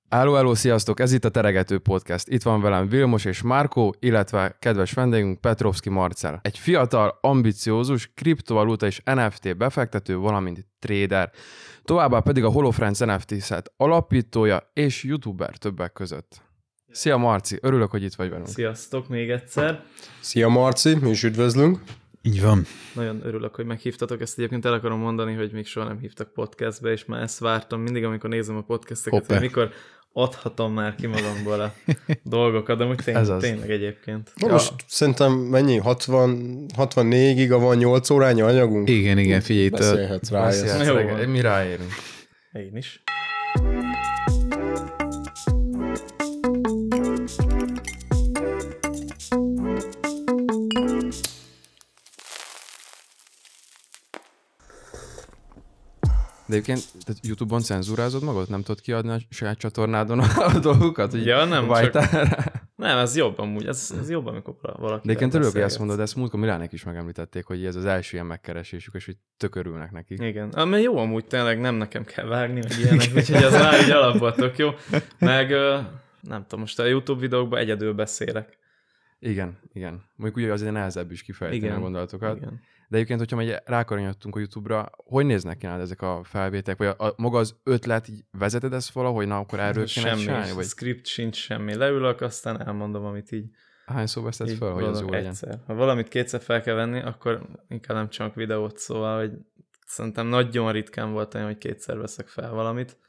Hello, sziasztok! Ez itt a Teregető Podcast. Itt van velem Vilmos és Márkó, illetve kedves vendégünk Petrovski Marcel. Egy fiatal, ambiciózus, kriptovaluta és NFT befektető, valamint trader. Továbbá pedig a HoloFriends NFT-szet alapítója és youtuber többek között. Szia Marci, örülök, hogy itt vagy velünk. Sziasztok még egyszer. Szia Marci, mi is üdvözlünk. Így van. Nagyon örülök, hogy meghívtatok. Ezt egyébként el akarom mondani, hogy még soha nem hívtak podcastbe, és már ezt vártam mindig, amikor nézem a podcasteket, hogy mikor adhatom már ki magamból a dolgokat, de úgy tényleg egyébként. Na most szerintem mennyi? 64 giga van 8 órányi anyagunk? Igen, figyelj itt. Beszélhetsz rá. Mi ráérünk. Én is. De egyébként YouTube-on cenzúrázod magad? Nem tudod kiadni a saját csatornádon a dolgokat? Ja, nem, nem, ez jobb amúgy. Ez jobb, amikor valaki... De egyébként örülök, hogy ezt mondod, ezt múltkor Milánék is megemlítették, hogy ez az első ilyen megkeresésük, és hogy tök örülnek neki. Igen, mert jó amúgy tényleg, nem nekem kell vágni, hogy ilyenek, úgyhogy az már így alapból tök jó. Meg nem tudom, most a YouTube videókban egyedül beszélek. Igen. Mondjuk ugye azért nehezebb is kifejteni a gondolatokat. Igen. De egyébként, hogyha majd rákaranyodtunk a YouTube-ra, hogy néznek ki nálad ezek a felvételek? Vagy maga az ötlet, így vezeted ezt valahogy, na akkor erről kéne csinálni? Semmi, script sincs semmi. Leülök, aztán elmondom, amit így... Hányszor veszed fel, hogy az jó legyen? Egyszer. Ha valamit kétszer fel kell venni, akkor inkább nem csak videót, szóval, hogy szerintem nagyon ritkán volt olyan, hogy kétszer veszek fel valamit.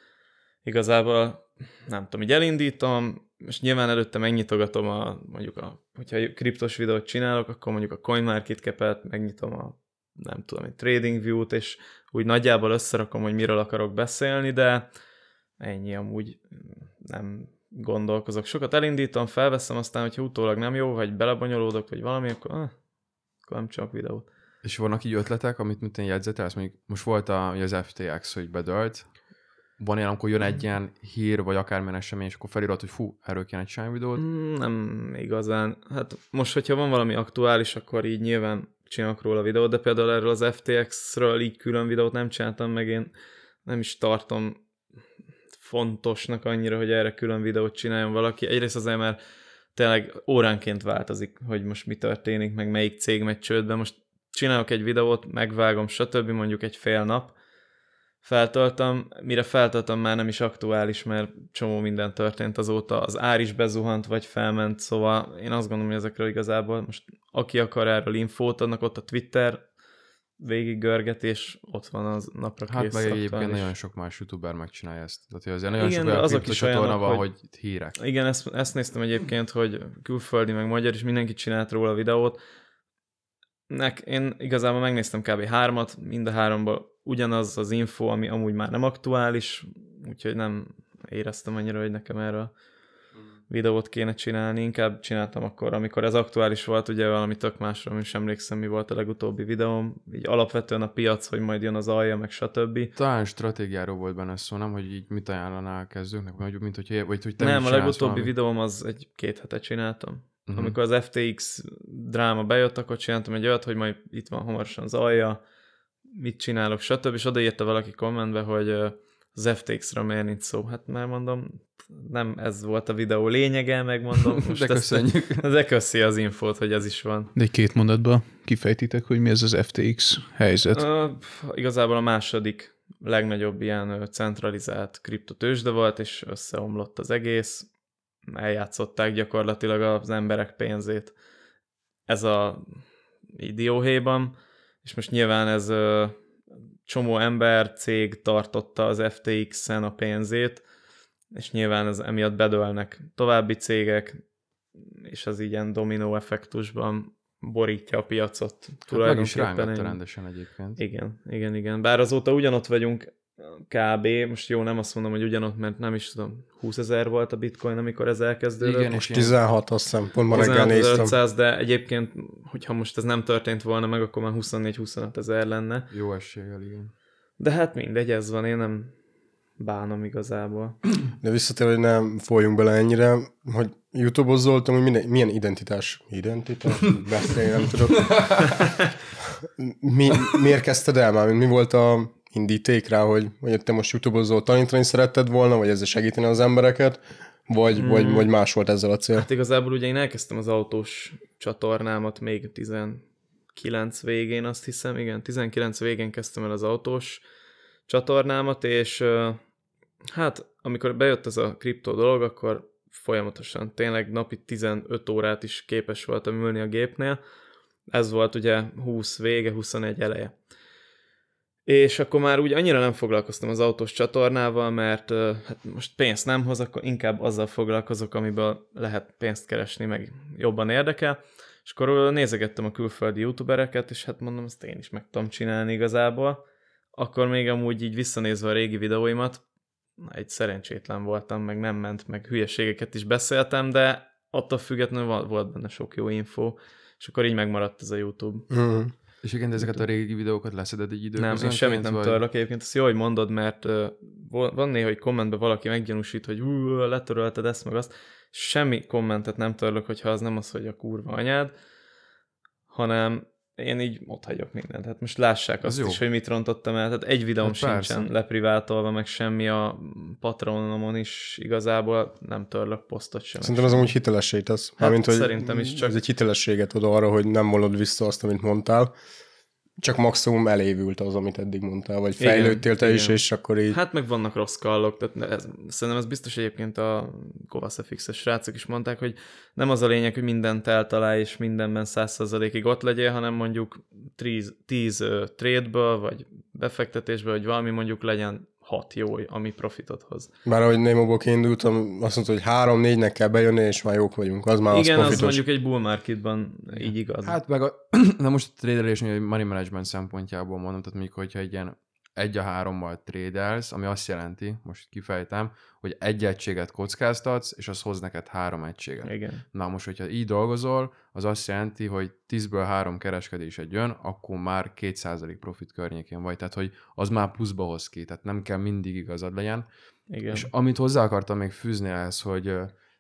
Igazából, nem tudom, így elindítom, és nyilván előtte megnyitogatom hogyha kriptos videót csinálok, akkor mondjuk a CoinMarketCap-et, megnyitom nem tudom, egy TradingView-t, és úgy nagyjából összerakom, hogy miről akarok beszélni, de ennyi, amúgy nem gondolkozok. Sokat elindítom, felveszem, aztán, hogyha utólag nem jó, vagy belebonyolódok, vagy valami, akkor nem csak videót. És vannak így ötletek, amit mint én jegyzetelsz? Mondjuk most volt az FTX, hogy bedölt. Van ilyen, amikor jön egy ilyen hír, vagy akármilyen esemény, és akkor felirat, hogy erről kéne csinálni videót? Nem igazán. Hát most, hogyha van valami aktuális, akkor így nyilván csinálok róla videót, de például erről az FTX-ről így külön videót nem csináltam, meg én nem is tartom fontosnak annyira, hogy erre külön videót csináljon valaki. Egyrészt azért, mert tényleg óránként változik, hogy most mi történik, meg melyik cég megy csődbe. Most csinálok egy videót, megvágom, stb. Mondjuk egy fél nap, feltöltöm, mire feltöltöm, már nem is aktuális, mert csomó minden történt azóta, az ár is bezuhant, vagy felment, szóval én azt gondolom, hogy ezekről igazából most aki akar erről infót, annak ott a Twitter végig görget, és ott van az napra kész. Hát meg egyébként nagyon sok más youtuber megcsinálja ezt. Tehát azért nagyon igen, sok olyan azok is olyanok, van, hogy hírek. Igen, ezt néztem egyébként, hogy külföldi, meg magyar, és mindenki csinált róla videót. Én igazából megnéztem kb. 3-at, mind a 3-ból ugyanaz az info, ami amúgy már nem aktuális, úgyhogy nem éreztem annyira, hogy nekem erről videót kéne csinálni. Inkább csináltam akkor, amikor ez aktuális volt, ugye valami tök másra, is emlékszem, mi volt a legutóbbi videóm. Így alapvetően a piac, hogy majd jön az alja, meg stb. Talán stratégiáról volt benne szó, nem? Hogy így mit ajánlanál kezdőknek, vagy hogy te nem, a legutóbbi videóm az 2 hete csináltam. Amikor az FTX dráma bejött, akkor csináltam egy olyat, hogy majd itt van hamarosan az alja, mit csinálok, stb. És odaírta valaki kommentbe, hogy az FTX-ről miért nincs szó. Hát már mondom, nem ez volt a videó lényege, megmondom. Most de köszönjük. De köszi az infót, hogy ez is van. De 2 mondatban kifejtitek, hogy mi ez az FTX helyzet? Igazából a második legnagyobb ilyen centralizált kriptotőzsde volt, és összeomlott az egész. Eljátszották gyakorlatilag az emberek pénzét ez a dióhéjban, és most nyilván ez csomó ember, cég tartotta az FTX-en a pénzét, és nyilván ez emiatt bedőlnek további cégek, és az ilyen dominó effektusban borítja a piacot. Hát meg is rángatta rendesen egyébként. Igen. Bár azóta ugyanott vagyunk kb. Most jó, nem azt mondom, hogy ugyanott, mert nem is tudom, 20 000 volt a bitcoin, amikor ez elkezdődött. Igen, most 16, azt hiszem, pont ma reggel néztem. 500, de egyébként, hogyha most ez nem történt volna meg, akkor már 24-25 000 lenne. Jó eséllyel, igen. De hát mindegy, ez van, én nem bánom igazából. De visszatér, hogy nem folyjunk bele ennyire, hogy YouTube-ozzoltam, hogy milyen identitás beszélni, nem tudok. Miért kezdted el már? Mi volt a indíték rá, hogy te most YouTube-ozol, tanítani szeretted volna, vagy ezzel segíteni az embereket, vagy más volt ezzel a cél? Hát igazából ugye én elkezdtem az autós csatornámat még 19 végén, azt hiszem, igen, 19 végén kezdtem el az autós csatornámat, és hát amikor bejött ez a kriptó dolog, akkor folyamatosan, tényleg napi 15 órát is képes voltam ülni a gépnél. Ez volt ugye 20 vége, 21 eleje. És akkor már úgy annyira nem foglalkoztam az autós csatornával, mert hát most pénzt nem hoz, akkor inkább azzal foglalkozok, amiből lehet pénzt keresni, meg jobban érdekel. És akkor nézegettem a külföldi youtubereket, és hát mondom, ezt én is meg tudom csinálni igazából. Akkor még amúgy így visszanézve a régi videóimat, egy szerencsétlen voltam, meg nem ment, meg hülyeségeket is beszéltem, de attól függetlenül volt benne sok jó info, és akkor így megmaradt ez a YouTube. Mm. És igen, ezeket a régi videókat leszeded egy időközönként? Nem, én semmit nem törlök egyébként, ezt jó, hogy mondod, mert van néha, hogy kommentben valaki meggyanúsít, hogy letörölted ezt meg azt. Semmi kommentet nem törlök, hogyha az nem az, hogy a kurva anyád, hanem én így ott hagyok mindent. Hát most lássák azt is, hogy mit rontottam el. Tehát egy videóm sincsen leprivátolva, meg semmi, a Patronomon is igazából nem törlök posztot sem. Szerintem az amúgy hitelesség tesz. Hát szerintem is csak. Ez egy hitelességet ad arra, hogy nem mondod vissza azt, amit mondtál. Csak maximum elévült az, amit eddig mondtál, vagy fejlődtél te is, és akkor így... Hát meg vannak rossz kallok, tehát szerintem ez biztos egyébként a KovaSFX-es srácok is mondták, hogy nem az a lényeg, hogy mindent eltalálj, és mindenben 100%-ig ott legyél, hanem mondjuk 10 trade-ből, vagy befektetésből, vagy valami mondjuk legyen 6 jó, ami profitot hoz. Bár ahogy Nemo-ból kiindultam, azt mondta, hogy 3-4-nek kell bejönni, és már jók vagyunk. Az már igen, az profitos. az mondjuk egy bull marketban így igaz. Hát meg na most a traderésnél, money management szempontjából mondom, tehát mondjuk, hogyha egy ilyen 1-3-mal trédelsz, ami azt jelenti, most kifejtem, hogy egy egységet kockáztatsz, és az hoz neked 3 egységet. Igen. Na most, hogyha így dolgozol, az azt jelenti, hogy 10-ből 3 kereskedésed jön, akkor már 2% profit környékén vagy, tehát hogy az már pluszba hoz ki, tehát nem kell mindig igazad legyen. Igen. És amit hozzá akartam még fűzni ehhez, hogy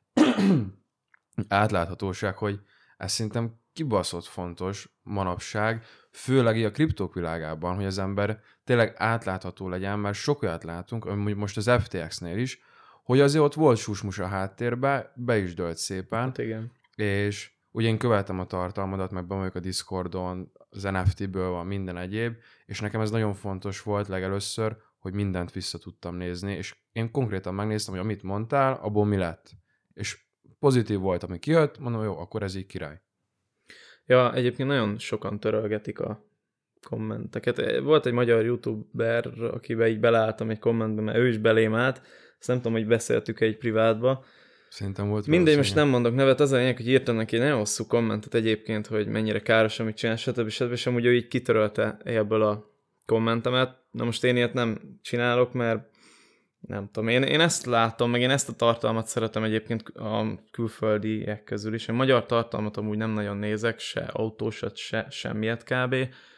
átláthatóság, hogy ez szerintem kibaszott fontos manapság, főleg így a kriptók világában, hogy az ember tényleg átlátható legyen, mert sok olyat látunk, amúgy most az FTX-nél is, hogy azért ott volt susmus a háttérbe, be is dölt szépen, Hát igen. és ugye én követem a tartalmadat, meg bemegyek a Discordon, az NFT-ből van minden egyéb, és nekem ez nagyon fontos volt legelőször, hogy mindent vissza tudtam nézni, és én konkrétan megnéztem, hogy amit mondtál, abból mi lett. És pozitív volt, ami kijött, mondom, jó, akkor ez így király. Ja, egyébként nagyon sokan törölgetik a kommenteket. Volt egy magyar youtuber, akiben így beleálltam egy kommentbe, mert ő is belém állt, ezt nem tudom, hogy beszéltük egy privátba. Szerintem volt. Mindegy, most nem mondok nevet, az a lényeg, hogy írtam neki egy nagyon hosszú kommentet egyébként, hogy mennyire káros, amit csinál, stb. És amúgy ő így kitörölte ebből a kommentemet. Na most én ilyet nem csinálok, mert nem tudom, én ezt látom, meg én ezt a tartalmat szeretem egyébként a külföldiek közül is. A magyar tartalmat amúgy nem nagyon nézek, se autósat, se semmiet kb.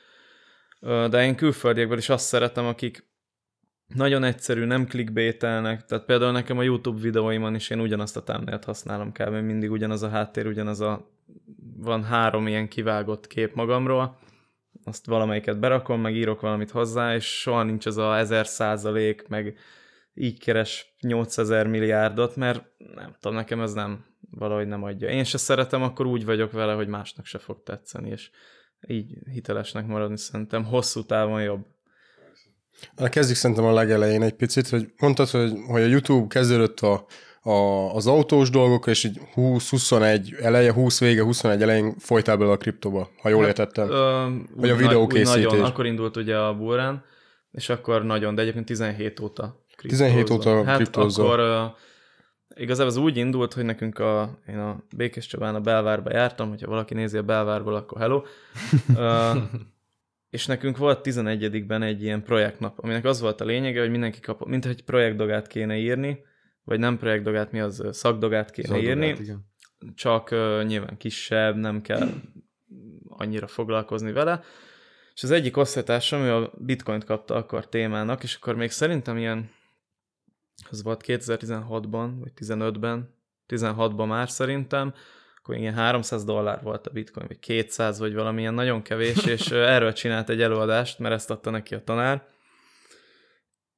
De én külföldiekből is azt szeretem, akik nagyon egyszerű, nem clickbaitelnek, tehát például nekem a YouTube videóimon is én ugyanazt a thumbnailt használom kb. Mindig ugyanaz a háttér, van 3 ilyen kivágott kép magamról, azt valamelyiket berakom, meg írok valamit hozzá, és soha nincs az a 1000%, meg így keres 8000 milliárdot, mert nem tudom, nekem ez valahogy nem adja. Én se szeretem, akkor úgy vagyok vele, hogy másnak se fog tetszeni, és így hitelesnek maradni szerintem hosszú távon jobb. Kezdjük szerintem a legelején egy picit, hogy mondtad, hogy a YouTube kezdődött az autós dolgok, és így 20-21 eleje, 20 vége, 21 elején folytál bele a kriptóba, ha jól értettem. Vagy a videókészítés. Nagyon, akkor indult ugye a bullrun, és akkor nagyon, de egyébként 17 óta kriptózom. 17 óta kriptózom. Hát akkor igazából az úgy indult, hogy nekünk én a Békés Csabán a Belvárba jártam, hogyha valaki nézi a Belvárból, akkor hello. És nekünk volt 11-ben egy ilyen projektnap, aminek az volt a lényege, hogy mindenki kap, mint hogy projektdogát kéne írni, vagy nem projektdogát, mi az, szakdogát kéne írni, igen. Csak nyilván kisebb, nem kell annyira foglalkozni vele. És az egyik osztálytársam, ő a Bitcoint kapta akkor témának, és akkor még szerintem ilyen, az volt 2016-ban, vagy 15-ben, 16-ban már szerintem, akkor ilyen $300 volt a Bitcoin, vagy 200, vagy valamilyen nagyon kevés, és erről csinált egy előadást, mert ezt adta neki a tanár.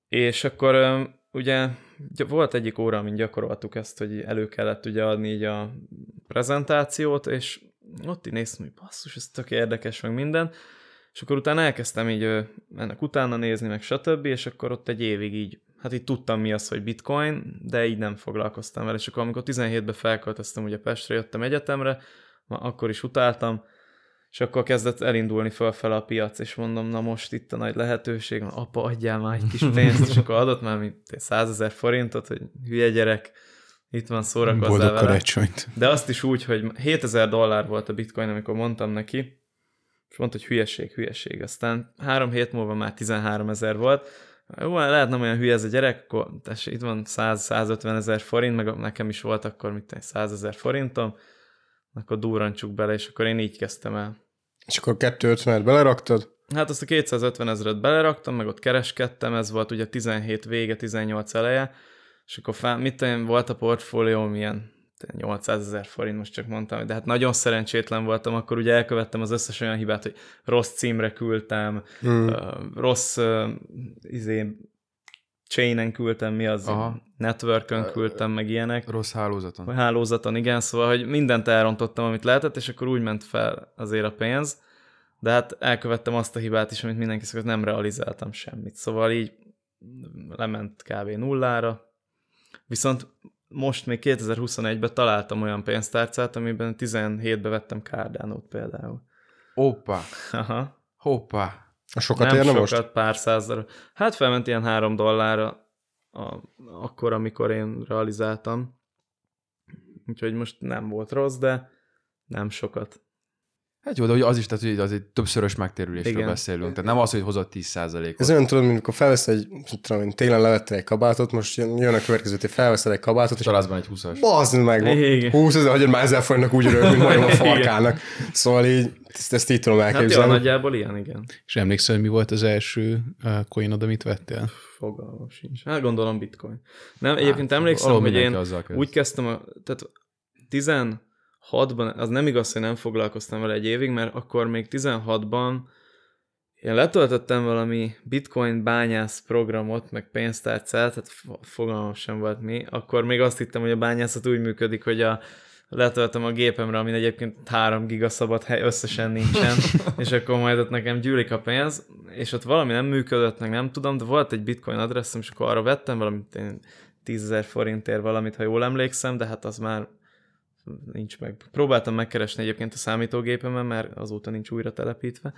És akkor ugye volt egyik óra, amin gyakoroltuk ezt, hogy elő kellett ugye adni így a prezentációt, és ott így néztem, hogy basszus, ez tök érdekes, meg minden, és akkor utána elkezdtem így ennek utána nézni, meg stb., és akkor ott egy évig így, hát így tudtam mi az, hogy bitcoin, de így nem foglalkoztam vele, és akkor amikor 17-ben felköltöztem ugye Pestre, jöttem egyetemre, akkor is utáltam, és akkor kezdett elindulni fölfele a piac, és mondom, na most itt a nagy lehetőség, apa, adjál már egy kis pénzt, és akkor adott már mint 100 000 forintot, hogy hülye gyerek, itt van, szórakozzál Boldog vele. karácsonyt. De azt is úgy, hogy $7000 volt a bitcoin, amikor mondtam neki, és mondta, hogy hülyeség. Aztán 3 hét múlva már 13 000 volt. Jó, lehet nem olyan hülye ez a gyerek, akkor tessék, itt van 100-150 000 forint, meg nekem is volt akkor 100 000 forintom, akkor durrantsuk bele, és akkor én így kezdtem el. És akkor 250-et beleraktad? Hát azt a 250 000-et beleraktam, meg ott kereskedtem, ez volt ugye 17 vége, 18 eleje, és akkor volt a portfólióm ilyen 800 000 forint, most csak mondtam, de hát nagyon szerencsétlen voltam, akkor ugye elkövettem az összes olyan hibát, hogy rossz címre küldtem, rossz chainen küldtem, mi az, networkön küldtem, meg ilyenek. Rossz hálózaton. Hálózaton, igen, szóval, hogy mindent elrontottam, amit lehetett, és akkor úgy ment fel azért a pénz, de hát elkövettem azt a hibát is, amit mindenki szokott, nem realizáltam semmit. Szóval így lement kb. Nullára, viszont most még 2021-ben találtam olyan pénztárcát, amiben 17-ben vettem Cardano-t például. Hoppá. A sokat nem érne sokat, most? Pár $100. Hát felment ilyen $3 akkor, amikor én realizáltam. Úgyhogy most nem volt rossz, de nem sokat. Hát jó, de az is, tehát, hogy az egy többszörös megtérülésről Igen. beszélünk. Tehát nem az, hogy hozott 10%-ot. Ez olyan, tudod, mint amikor felvesz tudom, télen levettél egy kabátot, most jön a következő, hogy felveszel egy kabátot, és Találsz benne egy 20-as. bazd meg, Igen. 20 000, hagyod már 1000 forintnak úgy rög, mint majom a farkának. Szóval így, ezt így tudom Hát jó, elképzelni. nagyjából ilyen, igen. És emlékszel, hogy mi volt az első coinod, amit vettél? Fogalmam sincs. Hát gondolom bitcoin. Nem, egyébként emlékszem, valahol hogy én mindenki azzal kezd. úgy kezdtem, tehát 16-ban, az nem igaz, hogy nem foglalkoztam vele egy évig, mert akkor még 16-ban én letöltöttem valami bitcoin bányász programot, meg pénztárcát, tehát fogalmam sem volt mi. Akkor még azt hittem, hogy a bányászat úgy működik, hogy letöltöm a gépemre, amin egyébként 3 giga szabad hely összesen nincsen, és akkor majd ott nekem gyűlik a pénz, és ott valami nem működött, meg nem tudom, de volt egy bitcoin adresszem, és akkor arra vettem valamit, 10 000 forintért valamit, ha jól emlékszem, de hát az már nincs meg. Próbáltam megkeresni egyébként a számítógépemen, mert azóta nincs újra telepítve.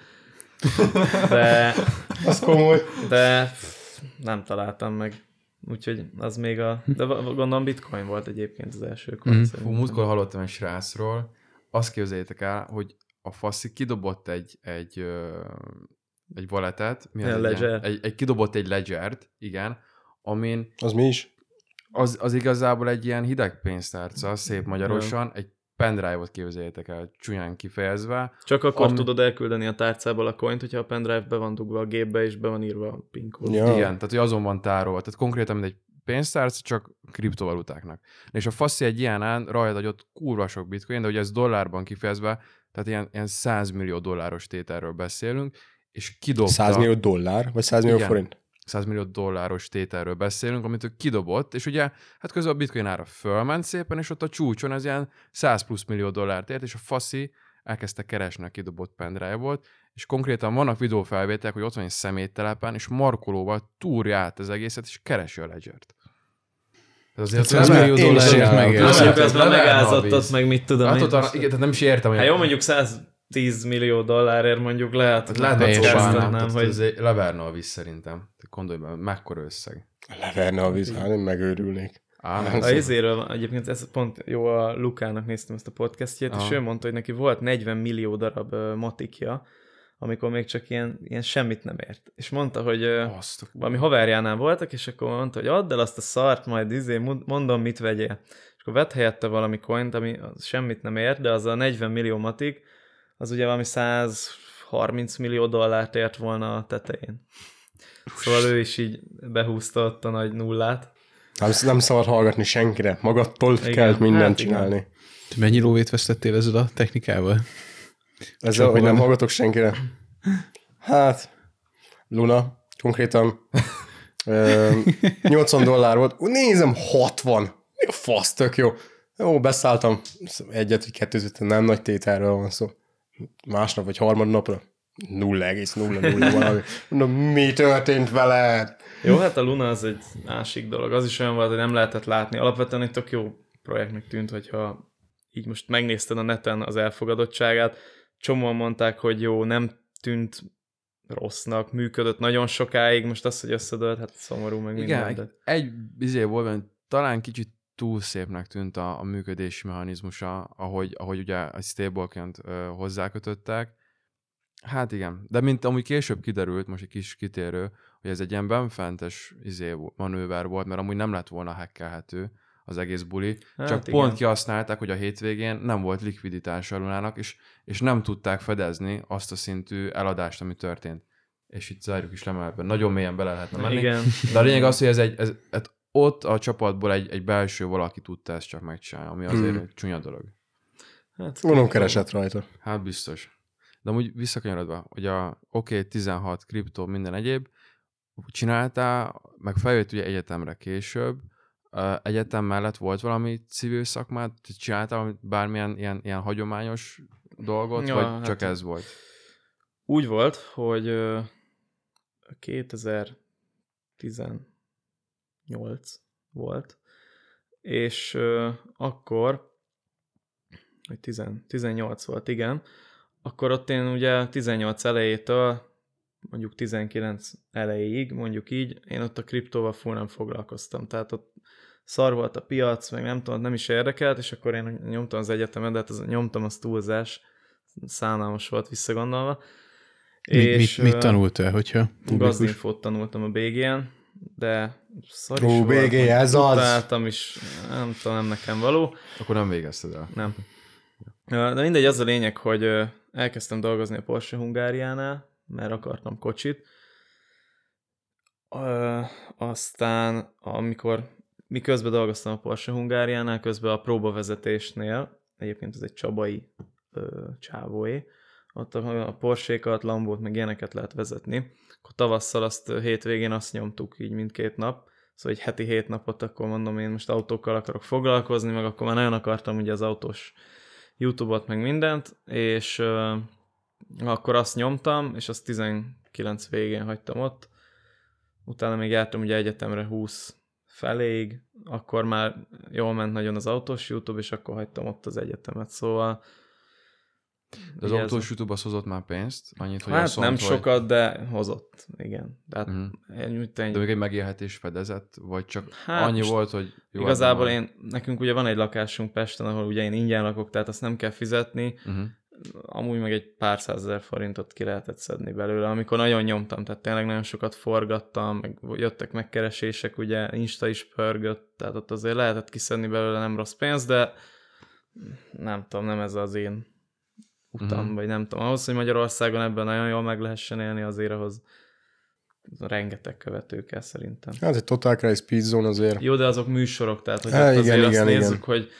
De, Az komoly. de nem találtam meg. Úgyhogy az még de gondolom bitcoin volt egyébként az első coin. Fú, múltkor hallottam egy srácról, azt képzeljétek el, hogy a faszi kidobott egy walletet, kidobott egy ledgert, igen, amin Az mi is? az igazából egy ilyen hideg pénztárca, szép magyarosan, egy pendrive-ot képzeljétek el, csúnyán kifejezve. Csak akkor tudod elküldeni a tárcából a coint, hogyha a pendrive be van dugva a gépbe, és be van írva a PIN kód. Ja. Igen, tehát hogy azon van tárolva. Tehát konkrétan, mint egy pénztárca, csak kriptovalutáknak. És a faszi egy ilyenán rajta adott kurva sok bitcoin, de ugye ez dollárban kifejezve, tehát ilyen $100 millió tételről beszélünk, és kidobta... $100 millió vagy 100 millió forint? $100 millió tételről beszélünk, amit ő kidobott, és ugye hát közben a bitcoin ára fölment szépen, és ott a csúcson ez ilyen $100+ millió ért, és a faszi elkezdte keresni a kidobott pendrive-ot, és konkrétan vannak videófelvételek, hogy ott van egy szeméttelepen, és markolóval túrja át az egészet, és keresi a ledgert. Ez azért $100 millió Közben megázadtat, meg mit tudom. Hát ott igen, tehát nem is értem, hogy... Hát jó, mondjuk $110 millió mondjuk lehet, hogy nem, hogy leverne a víz szerintem. Gondolj be, mekkora összeg. Leverne a víz, én megőrülnék. A izéről egyébként ez pont jó, a Lukának néztem ezt a podcastjét, és ő mondta, hogy neki volt 40 millió darab matikja, amikor még csak ilyen semmit nem ért. És mondta, hogy valami haverjánál voltak, és akkor mondta, hogy add el azt a szart, majd mondom, mit vegyél. És akkor vett helyette valami coint, ami semmit nem ért, de az a 40 millió matik, az ugye valami $130 millió ért volna a tetején. Szóval ő is így behúzta ott a nagy nullát. Nem szabad hallgatni senkire. Magadtól kell mindent csinálni. Te mennyi lóvét vesztettél ezzel a technikával? Ezzel, hogy nem hallgatok senkire? Hát, Luna, konkrétan $80 volt. Nézem, 60. Mi a fasz, tök jó. Jó, beszálltam. Egyet, vagy kettőt, nem nagy tételről van szó. Másnap, vagy harmadnapra 0,00 valami. Mondom, mi történt veled? Jó, hát a Luna az egy másik dolog. Az is olyan volt, hogy nem lehetett látni. Alapvetően egy tök jó projektnek tűnt, hogyha így most megnézted a neten az elfogadottságát. Csomóan mondták, hogy jó, nem tűnt rossznak, működött nagyon sokáig. Most az, hogy összedőlt, hát szomorú meg minden. Igen, egy volt, talán kicsit túl szépnek tűnt a működési mechanizmusa, ahogy ugye a stableként hozzákötöttek. Hát igen, de mint amúgy később kiderült, most egy kis kitérő, hogy ez egy ilyen benfentes manőver volt, mert amúgy nem lett volna hackelhető az egész buli, hát csak igen. Pont kihasználták, hogy a hétvégén nem volt likviditás a Lunának, és nem tudták fedezni azt a szintű eladást, ami történt. És itt zárjuk is lemelben. Nagyon mélyen bele lehetne menni. Igen. De a lényeg az, hogy ez ott a csapatból egy belső valaki tudta ezt csak megcsinálni, ami azért egy csúnya dolog. Hát, mondom, keresett rajta. Hát biztos. De amúgy visszakanyarodva, hogy a 16 kriptó, minden egyéb, csináltál, meg feljött ugye egyetemre később, egyetem mellett volt valami civil szakmát, csináltál bármilyen ilyen hagyományos dolgot, ja, vagy hát csak ez volt? Úgy volt, hogy 2018 volt, és akkor, vagy 18 volt, igen, akkor ott én ugye 18 elejétől mondjuk 19 elejéig, mondjuk így, én ott a kriptóval full nem foglalkoztam. Tehát ott szar volt a piac, meg nem tudom, nem is érdekelt, és akkor én nyomtam az egyetemet, de hát nyomtam az túlzás, szánalmas volt visszagondolva. Mit tanultál, hogyha Gazdinfót tanultam a BG-n, de szar is BG, ez az! Utáltam is, nem tudom, nem nekem való. Akkor nem végezted el. Nem. De mindegy, az a lényeg, hogy elkezdtem dolgozni a Porsche Hungáriánál, mert akartam kocsit. Aztán, miközben dolgoztam a Porsche Hungáriánál, közben a próbavezetésnél, egyébként ez egy csabai csávóé, ott a Porsche-kat, Lambót, meg ilyeneket lehet vezetni. Akkor tavasszal hétvégén azt nyomtuk így mindkét nap, szóval egy heti 7 napot, akkor mondom, én most autókkal akarok foglalkozni, meg akkor már nagyon akartam ugye az autós YouTube-ot, meg mindent, és akkor azt nyomtam, és azt 19 végén hagytam ott. Utána még jártam ugye egyetemre 20 feléig, akkor már jól ment nagyon az autós YouTube, és akkor hagytam ott az egyetemet, szóval... De az autós YouTube az hozott már pénzt? Annyit, hogy hát nem sokat, de hozott, igen. Tehát de még egy megélhetés fedezett, vagy csak annyi volt, hogy... Jó, igazából nekünk ugye van egy lakásunk Pesten, ahol ugye én ingyen lakok, tehát azt nem kell fizetni, amúgy meg egy pár százezer forintot ki lehetett szedni belőle, amikor nagyon nyomtam, tehát tényleg nagyon sokat forgattam, meg jöttek megkeresések, ugye Insta is pörgött, tehát ott azért lehetett kiszedni belőle nem rossz pénz, de nem tudom, nem ez az én utam, vagy nem tudom. Ahhoz, hogy Magyarországon ebben nagyon jól meg lehessen élni, azért ahhoz rengeteg követő kell szerintem. Hát egy Total Cry Speed Zone azért. Jó, de azok műsorok, tehát hogy azért azt nézzük, hogy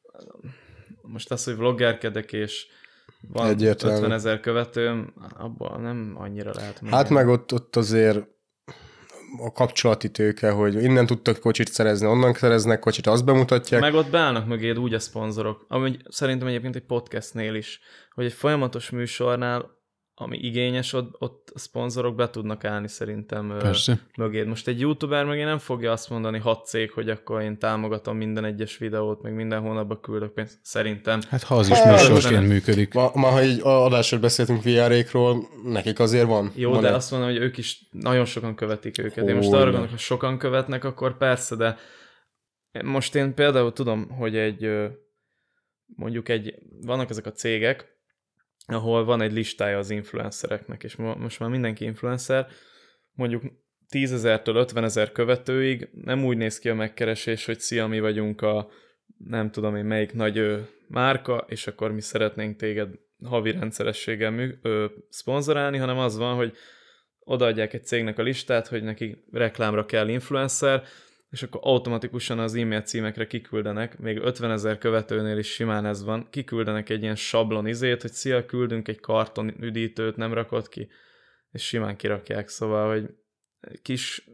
most az, hogy vloggerkedek, és van 50 000 követőm, abban nem annyira lehet. Hát meg ott azért a kapcsolati tőke, hogy innen tudtak kocsit szerezni, onnan szereznek kocsit, azt bemutatják. Meg ott beállnak mögéd úgy a szponzorok, ami szerintem egyébként egy podcastnél is, hogy egy folyamatos műsornál, ami igényes, ott a szponzorok be tudnak állni szerintem mögéd. Most egy youtuber mögé nem fogja azt mondani 6 cég, hogy akkor én támogatom minden egyes videót, meg minden hónapban küldök pénzt. Szerintem. Hát ha az is műsorként működik. Már ha egy adásról beszéltünk VR-ékról, nekik azért van. Jó, de azt mondom, hogy ők is nagyon sokan követik őket. Én most arra gondolok, ha sokan követnek, akkor persze, de most én például tudom, hogy vannak ezek a cégek, ahol van egy listája az influencereknek, és most már mindenki influencer, mondjuk 10 000-től 50 000 követőig nem úgy néz ki a megkeresés, hogy szia, mi vagyunk a nem tudom én melyik nagy márka, és akkor mi szeretnénk téged havi rendszerességgel szponzorálni, hanem az van, hogy odaadják egy cégnek a listát, hogy neki reklámra kell influencer, és akkor automatikusan az e-mail címekre kiküldenek, még 50 000 követőnél is simán ez van, kiküldenek egy ilyen sablon izét, hogy szia, küldünk egy karton üdítőt, nem rakod ki, és simán kirakják, szóval, hogy kis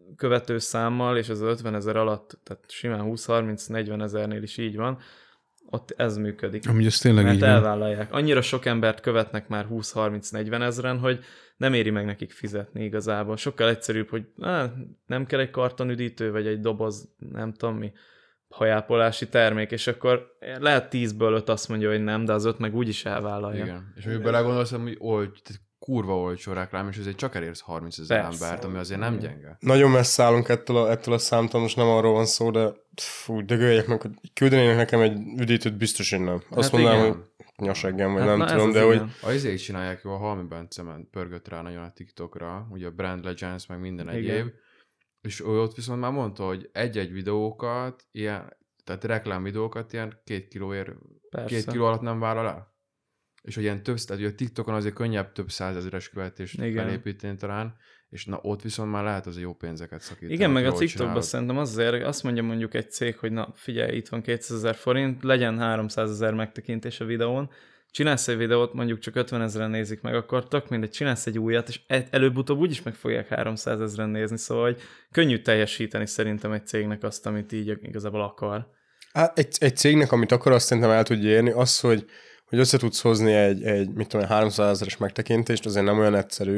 követő számmal, és az 50 000 alatt, tehát simán 20-30-40 ezernél is így van, ott ez működik. Amúgy ez tényleg mert így van. elvállalják. Annyira sok embert követnek már 20-30-40 ezeren, hogy nem éri meg nekik fizetni igazából. Sokkal egyszerűbb, hogy nem kell egy kartonüdítő, vagy egy doboz, nem tudom mi, hajápolási termék, és akkor lehet 10-ből 5 azt mondja, hogy nem, de az 5 meg úgyis elvállalja. Igen. És hogy belegondolsz, hogy kurva olcsó reklám, és ezért csak elérsz 30 000 Persze. embert, ami azért nem gyenge. Nagyon messze állunk ettől a számtól, most nem arról van szó, de dögöljek meg, hogy küldenének nekem egy üdítőt, biztos én nem. Azt mondanám, igen. hogy nyaseggem, vagy Hát nem na, tudom, ez de az hogy igen. Azért csinálják jó, a Halmi Bence pörgött rá nagyon a TikTokra, ugye a Brand Legends, meg minden Igen. egyéb, és ő ott viszont már mondta, hogy egy-egy videókat, ilyen, tehát reklámvideókat ilyen 2 kilóért, Persze. 2 kiló alatt nem vállal el. És hogy ilyen több, tehát ugye a TikTokon azért könnyebb több százezeres követést Igen. felépíteni talán, és na ott viszont már lehet az jó pénzeket szakítani. Igen, meg a jól TikTokban csinálod. szerintem azért azt mondja mondjuk egy cég, hogy na figyelj, itt van 200 000 forint, legyen 300 000 megtekintés a videón, csinálsz egy videót, mondjuk csak 50 000 nézik meg, akkor tök mindegy, csinálsz egy újat, és előbb-utóbb úgyis meg fogják 300 000 nézni, szóval hogy könnyű teljesíteni szerintem egy cégnek azt, amit így igazából akar. hát egy cégnek, amit akar, azt szerintem el tudja érni, az, hogy össze tudsz hozni egy mit tudom, 300 000-es megtekintést, azért nem olyan egyszerű.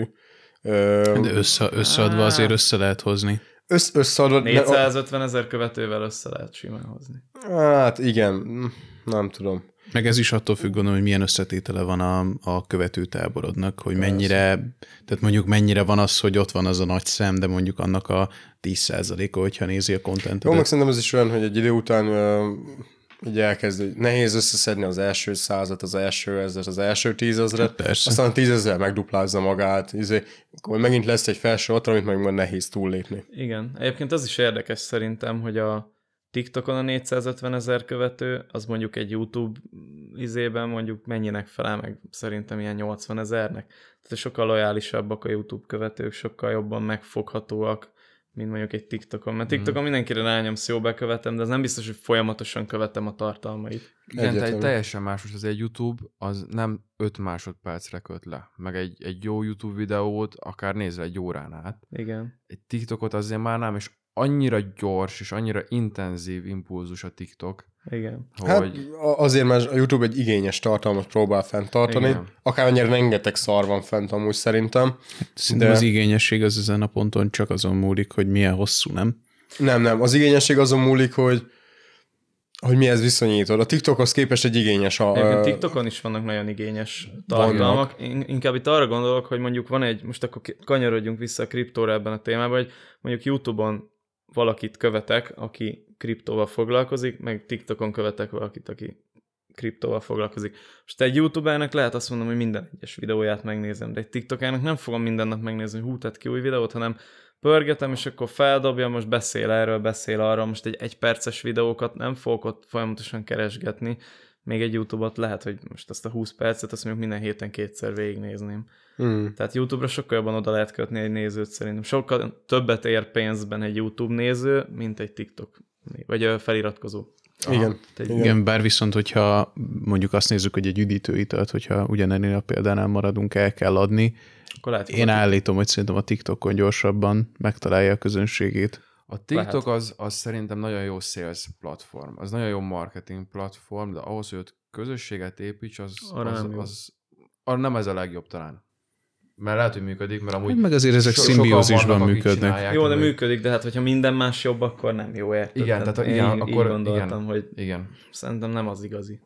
De összeadva azért össze lehet hozni. Összeadva... 450 000 követővel össze lehet simán hozni. Hát igen, nem tudom. Meg ez is attól függ, gondolom, hogy milyen összetétele van a követőtáborodnak, hogy mennyire, tehát mondjuk mennyire van az, hogy ott van az a nagy szem, de mondjuk annak a 10%-a, hogyha nézi a kontentet. Jó, meg szerintem ez is olyan, hogy egy idő után így elkezd, nehéz összeszedni az első 100-at, az első 1000-et, az első 10 000-et, Persze. aztán a 10 000 megduplázza magát, akkor megint lesz egy felső határ, amit meg nehéz túllépni. Igen. Egyébként az is érdekes szerintem, hogy a TikTokon a 450 000 követő, az mondjuk egy YouTube izében mondjuk mennyinek felel meg, szerintem ilyen 80 000-nek. Tehát sokkal lojálisabbak a YouTube követők, sokkal jobban megfoghatóak, mint mondjuk egy TikTokon. Mert TikTokon mindenkire rányomsz, jó bekövetem, de az nem biztos, hogy folyamatosan követem a tartalmait. Igen, tehát Egyértelmű. teljesen más, most az egy YouTube, az nem 5 másodpercre köt le, meg egy jó YouTube videót akár nézve egy órán át. Igen. Egy TikTokot azért már nem, és annyira gyors és annyira intenzív impulzus a TikTok, Igen. hogy Hát azért, mert a YouTube egy igényes tartalmat próbál fenntartani, Igen. akármennyire rengeteg szar van fent amúgy szerintem. Szerintem de- az igényesség az ezen a ponton csak azon múlik, hogy milyen hosszú, nem? Nem, az igényesség azon múlik, hogy mihez viszonyítod. A TikTokhoz képest egy igényes Egyébként TikTokon is vannak nagyon igényes tartalmak. Inkább itt arra gondolok, hogy mondjuk van egy, most akkor kanyarodjunk vissza a kriptóra ebben a témában, hogy mondjuk YouTube-on valakit követek, aki kriptóval foglalkozik, meg TikTokon követek valakit, aki kriptóval foglalkozik. Most egy YouTubernek lehet azt mondom, hogy minden egyes videóját megnézem, de egy TikTokának nem fogom minden nap megnézni, hogy tett ki új videót, hanem pörgetem, és akkor feldobja, most beszél erről, beszél arról, most egy perces videókat nem fogok ott folyamatosan keresgetni, még egy YouTube-ot lehet, hogy most azt a 20 percet, azt mondjuk minden héten 2-szer végignézném. Tehát YouTube-ra sokkal jobban oda lehet kötni egy nézőt szerintem. Sokkal többet ér pénzben egy YouTube néző, mint egy TikTok, vagy feliratkozó. Igen. Igen, bár viszont, hogyha mondjuk azt nézzük, hogy egy üdítőitalt, hogyha ugyanennél a példánál maradunk, el kell adni, Akkor lehet, én állítom, hogy szerintem a TikTokon gyorsabban megtalálja a közönségét. a TikTok az szerintem nagyon jó sales platform, az nagyon jó marketing platform, de ahhoz, hogy ott közösséget építs, arra nem ez a legjobb talán. Mert lehet, hogy működik, mert amúgy Meg azért ezek sokan szimbiózisban vannak, akik működnek. csinálják, jó, de hogy- működik, de hát hogyha minden más jobb, akkor nem jó, érted? Igen, tehát én igen, így akkor gondoltam, igen. hogy Igen. szerintem nem az igazi.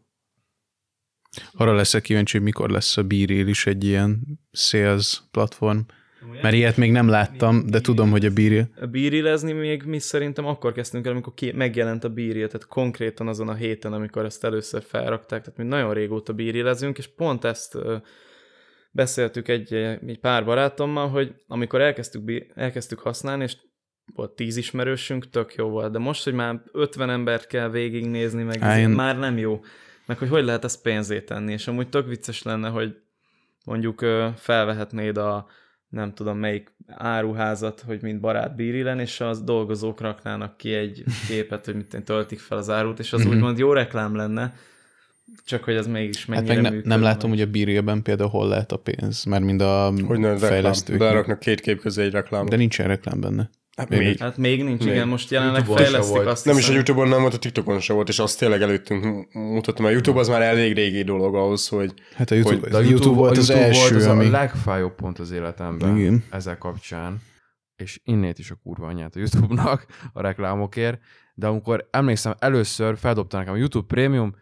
Arra leszek kíváncsi, hogy mikor lesz a BeReal is egy ilyen sales platform. Mert ilyet még nem láttam, de tudom, hogy a BeReal. A BeReal-ezni még mi szerintem akkor kezdtünk el, amikor megjelent a BeReal, tehát konkrétan azon a héten, amikor ezt először felrakták, tehát mi nagyon régóta BeReal-ezünk, és pont ezt beszéltük egy pár barátommal, hogy amikor elkezdtük használni, és volt 10 ismerősünk, tök jó volt, de most, hogy már 50 embert kell végignézni, meg már nem jó. Meg hogy lehet ezt pénzé tenni, és amúgy tök vicces lenne, hogy mondjuk felvehetnéd a nem tudom melyik áruházat, hogy mint barát BeReal-en, és az dolgozók raknának ki egy képet, hogy mit töltik fel az árut, és az úgymond jó reklám lenne, csak hogy ez mégis mennyire hát meg működik. nem látom, hogy a BeReal-ben például hol lehet a pénz, mert mind a Hogy nem fejlesztők. beraknak 2 kép közé egy reklámot. De nincsen reklám benne. Hát még nincs, igen, most jelenleg YouTube-on se fejlesztik volt. azt Nem is a hiszem. YouTube-on nem volt, a TikTokon se volt, és azt tényleg előttünk mutattam. A YouTube az már elég régi dolog ahhoz, hogy... Hát a YouTube, De a YouTube volt az YouTube első, volt ami... a legfájóbb pont az életemben Igen. ezzel kapcsán, és innét is a kurva anyját a YouTube-nak a reklámokért, de amikor emlékszem, először feldobta nekem a YouTube Premium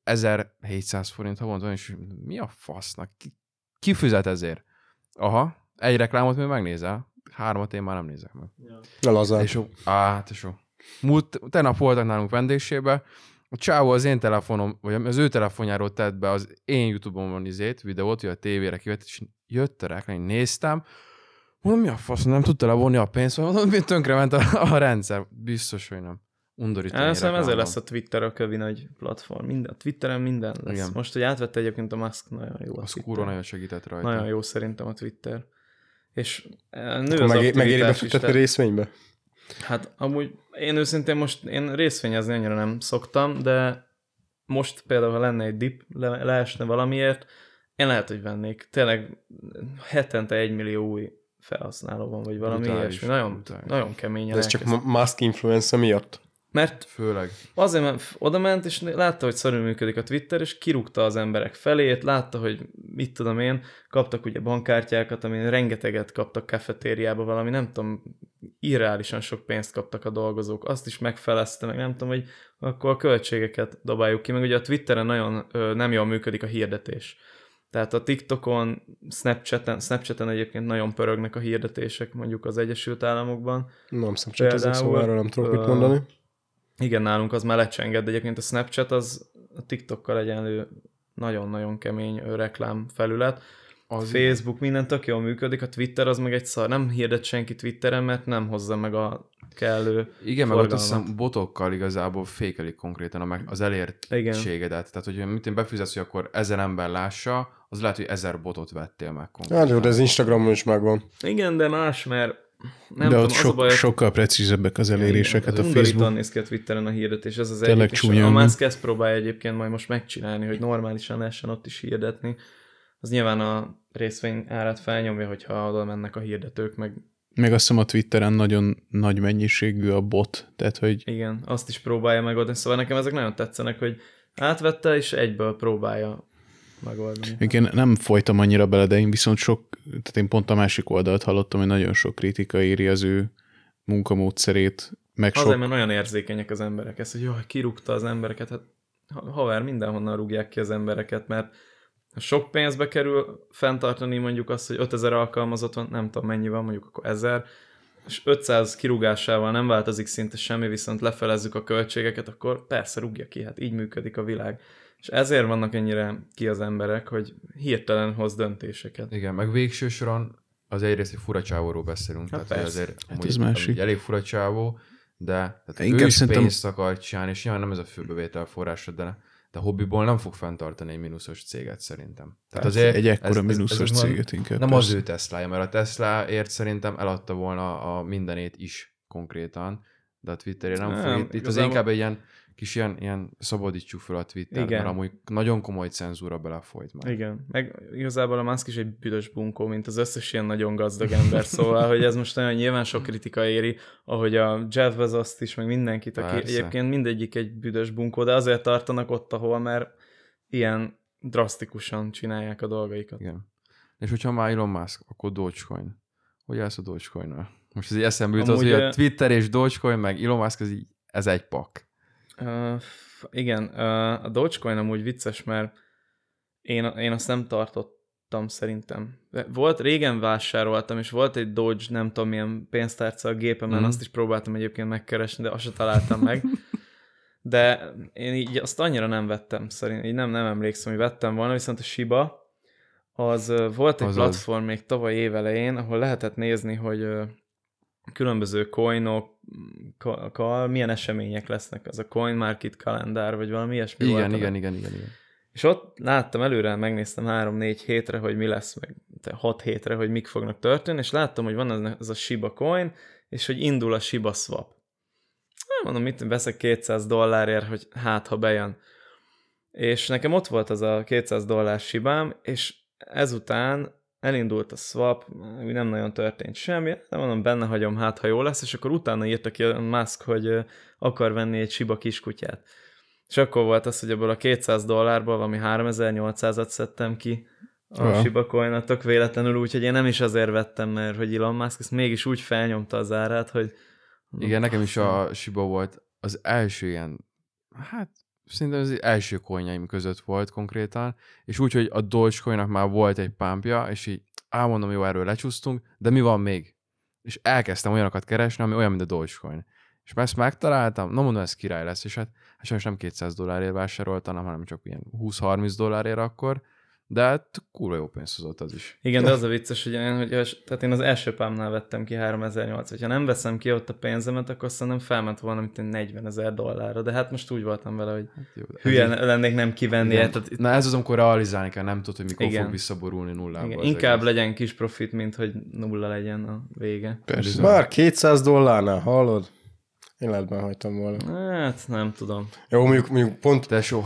1700 forint havonta, és mi a fasznak? Ki fizet ezért? Aha, egy reklámot még megnézel, 3 én már nem nézek meg. Na lazán. Tesó. Tegnap voltak nálunk vendégségbe, a csávó az én telefonom, vagy az ő telefonjáról tett be az én YouTube-on videót, hogy a tévére kivett, és jött a reklám, néztem, mondom, mi a fasz, nem tudta levonni a pénzt, mondom, mi tönkrement a rendszer. Biztos, hogy nem. Undorítani Szerintem ezzel reklámom. lesz a Twitter a kövi nagy platform. A Twitteren minden lesz. Igen. Most, hogy átvette egyébként a Musk, nagyon jó. Az kurva nagyon segített rajta. Nagyon jó szerintem a Twitter. És nő Akkor az megéri aktivitás is. befektetni részvénybe? Hát amúgy én őszintén most részvényezni annyira nem szoktam, de most például, ha lenne egy dip, leesne valamiért, én lehet, hogy vennék. Tényleg hetente 1 millió új felhasználó van, vagy valami Brutális, ilyesmi. Nagyon, brutális. nagyon keményen. De ez csak Musk influencer miatt? Mert Főleg. azért, mert oda ment, és látta, hogy szarul működik a Twitter, és kirúgta az emberek felét, látta, hogy mit tudom én, kaptak ugye bankkártyákat, amin rengeteget kaptak kafetériába, valami, nem tudom, irreálisan sok pénzt kaptak a dolgozók, azt is megfelezte, meg nem tudom, hogy akkor a költségeket dobáljuk ki, meg ugye a Twitteren nagyon nem jól működik a hirdetés. Tehát a TikTokon, Snapchaten egyébként nagyon pörögnek a hirdetések, mondjuk az Egyesült Államokban. Nem Snapchat, szóval erről nem tudok mit ö, mondani. Igen, nálunk az már lecsenged, de egyébként a Snapchat az a TikTokkal egyenlő nagyon-nagyon kemény reklám felület. Az Facebook minden tök jól működik, a Twitter az meg egy szar. Nem hirdet senki Twitteren, mert nem hozza meg a kellő Igen, meg ott azt forgalmat. hiszem botokkal igazából fékelik konkrétan az elértségedet. Tehát, hogy mit én befizetsz, hogy akkor 1000 ember lássa, az lehet, hogy 1000 botot vettél meg konkrétan. Hát jó, de ez Instagramon is megvan. Igen, de más, mert nem De tudom, ott az a baj, sokkal precízebbek az eléréseket a undorítóan Facebook. néz ki a Twitteren a hirdetés, ez az Tényleg egyik. És csúnya, a mi? Musk ezt próbálja egyébként majd most megcsinálni, hogy normálisan lehessen ott is hirdetni. Az nyilván a részvény árát felnyomja, hogyha oda mennek a hirdetők, meg Meg azt hiszem a Twitteren nagyon nagy mennyiségű a bot, tehát hogy igen, azt is próbálja megoldani. Szóval nekem ezek nagyon tetszenek, hogy átvette, és egyből próbálja megoldani. igen, nem folytam annyira bele, de én viszont tehát én pont a másik oldalt hallottam, hogy nagyon sok kritika éri az ő munkamódszerét, meg Azért, mert nagyon érzékenyek az emberek. Ez, hogy jaj, kirúgta az embereket. Hát haver, mindenhonnan rúgják ki az embereket, mert ha sok pénzbe kerül fenntartani mondjuk azt, hogy 5000 alkalmazott van, nem tudom mennyi van, mondjuk akkor 1000, és 500 kirúgásával nem változik szinte semmi, viszont lefelezzük a költségeket, akkor persze rúgja ki, hát így működik a világ. És ezért vannak ennyire ki az emberek, hogy hirtelen hoz döntéseket. Igen, meg végső soron az egyrészt egy fura csávóról beszélünk. Hát tehát hogy persze. azért Hát amúgy ez másik. elég fura csávó, de tehát Inkább ő is szerintem- pénzt akar csinálni, és nyilván nem ez a fő bevételforrása, de hobbiból nem fog fenntartani egy mínuszos céget szerintem. Tehát Persze, egy ekkora mínuszos ez céget inkább. nem persze. az ő Teslája, mert a Teslaért szerintem eladta volna a mindenét is konkrétan, de a Twitterért nem fog. Itt az igazából- inkább egy ilyen kis ilyen szabadítsuk fel a Twitter, Igen. mert amúgy nagyon komoly cenzúra belefolyt már. Igen, meg igazából a Musk is egy büdös bunkó, mint az összes ilyen nagyon gazdag ember, szóval, hogy ez most nagyon nyilván sok kritika éri, ahogy a Jeff Bezoszt is, meg mindenkit, aki Persze. egyébként mindegyik egy büdös bunkó, de azért tartanak ott, ahol már ilyen drasztikusan csinálják a dolgaikat. Igen. És hogyha már Elon Musk, akkor Dogecoin. Hogy állsz a Dogecoin-nal? Most ez így eszembe jut az, Amúgy, hogy a Twitter és Dogecoin, meg Elon Musk, ez egy pak. Igen, a Dogecoin amúgy vicces, mert én azt nem tartottam szerintem. Régen vásároltam, és volt egy Doge, nem tudom milyen pénztárca a gépemen, azt is próbáltam egyébként megkeresni, de azt se találtam meg. De én így azt annyira nem vettem, szerintem, így nem emlékszem, hogy vettem volna, viszont a Shiba, az volt egy platform még tavaly évelején, ahol lehetett nézni, hogy különböző coinokkal milyen események lesznek. Az a Coin Market kalendár, vagy valami ilyesmi volt. Igen. És ott láttam előre, megnéztem 3-4 hétre, hogy mi lesz, meg 6 hétre, hogy mik fognak történni, és láttam, hogy van ez a Shiba Coin, és hogy indul a Shiba Swap. Mondom, mit veszek $200, hogy hát, ha bejön. És nekem ott volt az a $200 Shibám, és ezután elindult a swap, nem nagyon történt semmi, de mondom, benne hagyom, hát ha jó lesz, és akkor utána írta ki a Musk, hogy akar venni egy Shiba kiskutyát. És akkor volt az, hogy ebből a $200 valami 3800-at szedtem ki a Shiba coinot, tök véletlenül, úgyhogy én nem is azért vettem, mert hogy Elon Musk ezt mégis úgy felnyomta az árát, hogy... Igen, nekem is a Shiba volt az első ilyen, hát szerintem az első coinjaim között volt konkrétan, és úgy, hogy a Dogecoinnak már volt egy pumpja, és így mondom, jó, erről lecsúsztunk, de mi van még? És elkezdtem olyanokat keresni, ami olyan, mint a Dogecoin. És már ezt megtaláltam, na mondom, ez király lesz, és hát sajnos nem $200 vásároltam, hanem csak ilyen $20-30 akkor, de hát kurva jó pénzt hozott az is. Igen, de az a vicces, hogy tehát én az első pumpnál vettem ki 3800, ha nem veszem ki ott a pénzemet, akkor szerintem felment volna, mint $40,000, de hát most úgy voltam vele, hogy hát jó, hülye lennék nem kivenni. Tehát... Na ez az, amikor realizálni kell, nem tudod, hogy mikor fog visszaborulni nullába. Igen. Inkább legyen kis profit, mint hogy nulla legyen a vége. Persze. Már $200, hallod? Én lehetben hagytam volna. Hát, nem tudom. Jó, mondjuk pont... Tesó,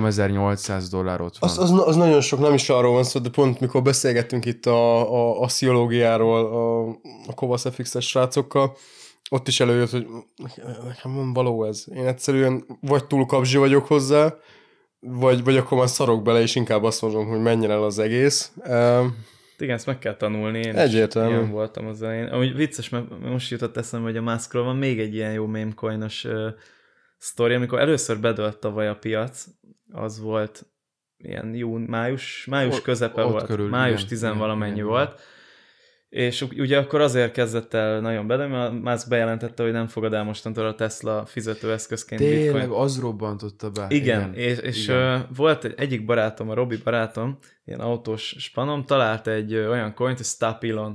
$3800 ott van. Az nagyon sok, nem is arról van szó, de pont mikor beszélgettünk itt a sziológiáról a Kovacs FX-es srácokkal, ott is előjött, hogy nekem nem való ez. Én egyszerűen vagy túl kapzsi vagyok hozzá, vagy akkor már szarok bele, és inkább azt mondom, hogy menjen el az egész. Igen, ezt meg kell tanulni. Én egyértelmű. Ilyen voltam az elején. Amúgy vicces, mert most jutott eszembe, hogy a Muskról van még egy ilyen jó meme-coinos sztori, amikor először bedölt tavaly a piac, az volt ilyen május közepe volt. Körül, május 10-valamennyi volt. És ugye akkor azért kezdett el nagyon bedölni, mert Musk bejelentette, hogy nem fogad el mostantól a Tesla fizetőeszközként Tényleg, Bitcoin. az robbantotta be. Igen, és volt egyik barátom, a Robi barátom, ilyen autós spanom, talált egy olyan coint, hogy Stapilon.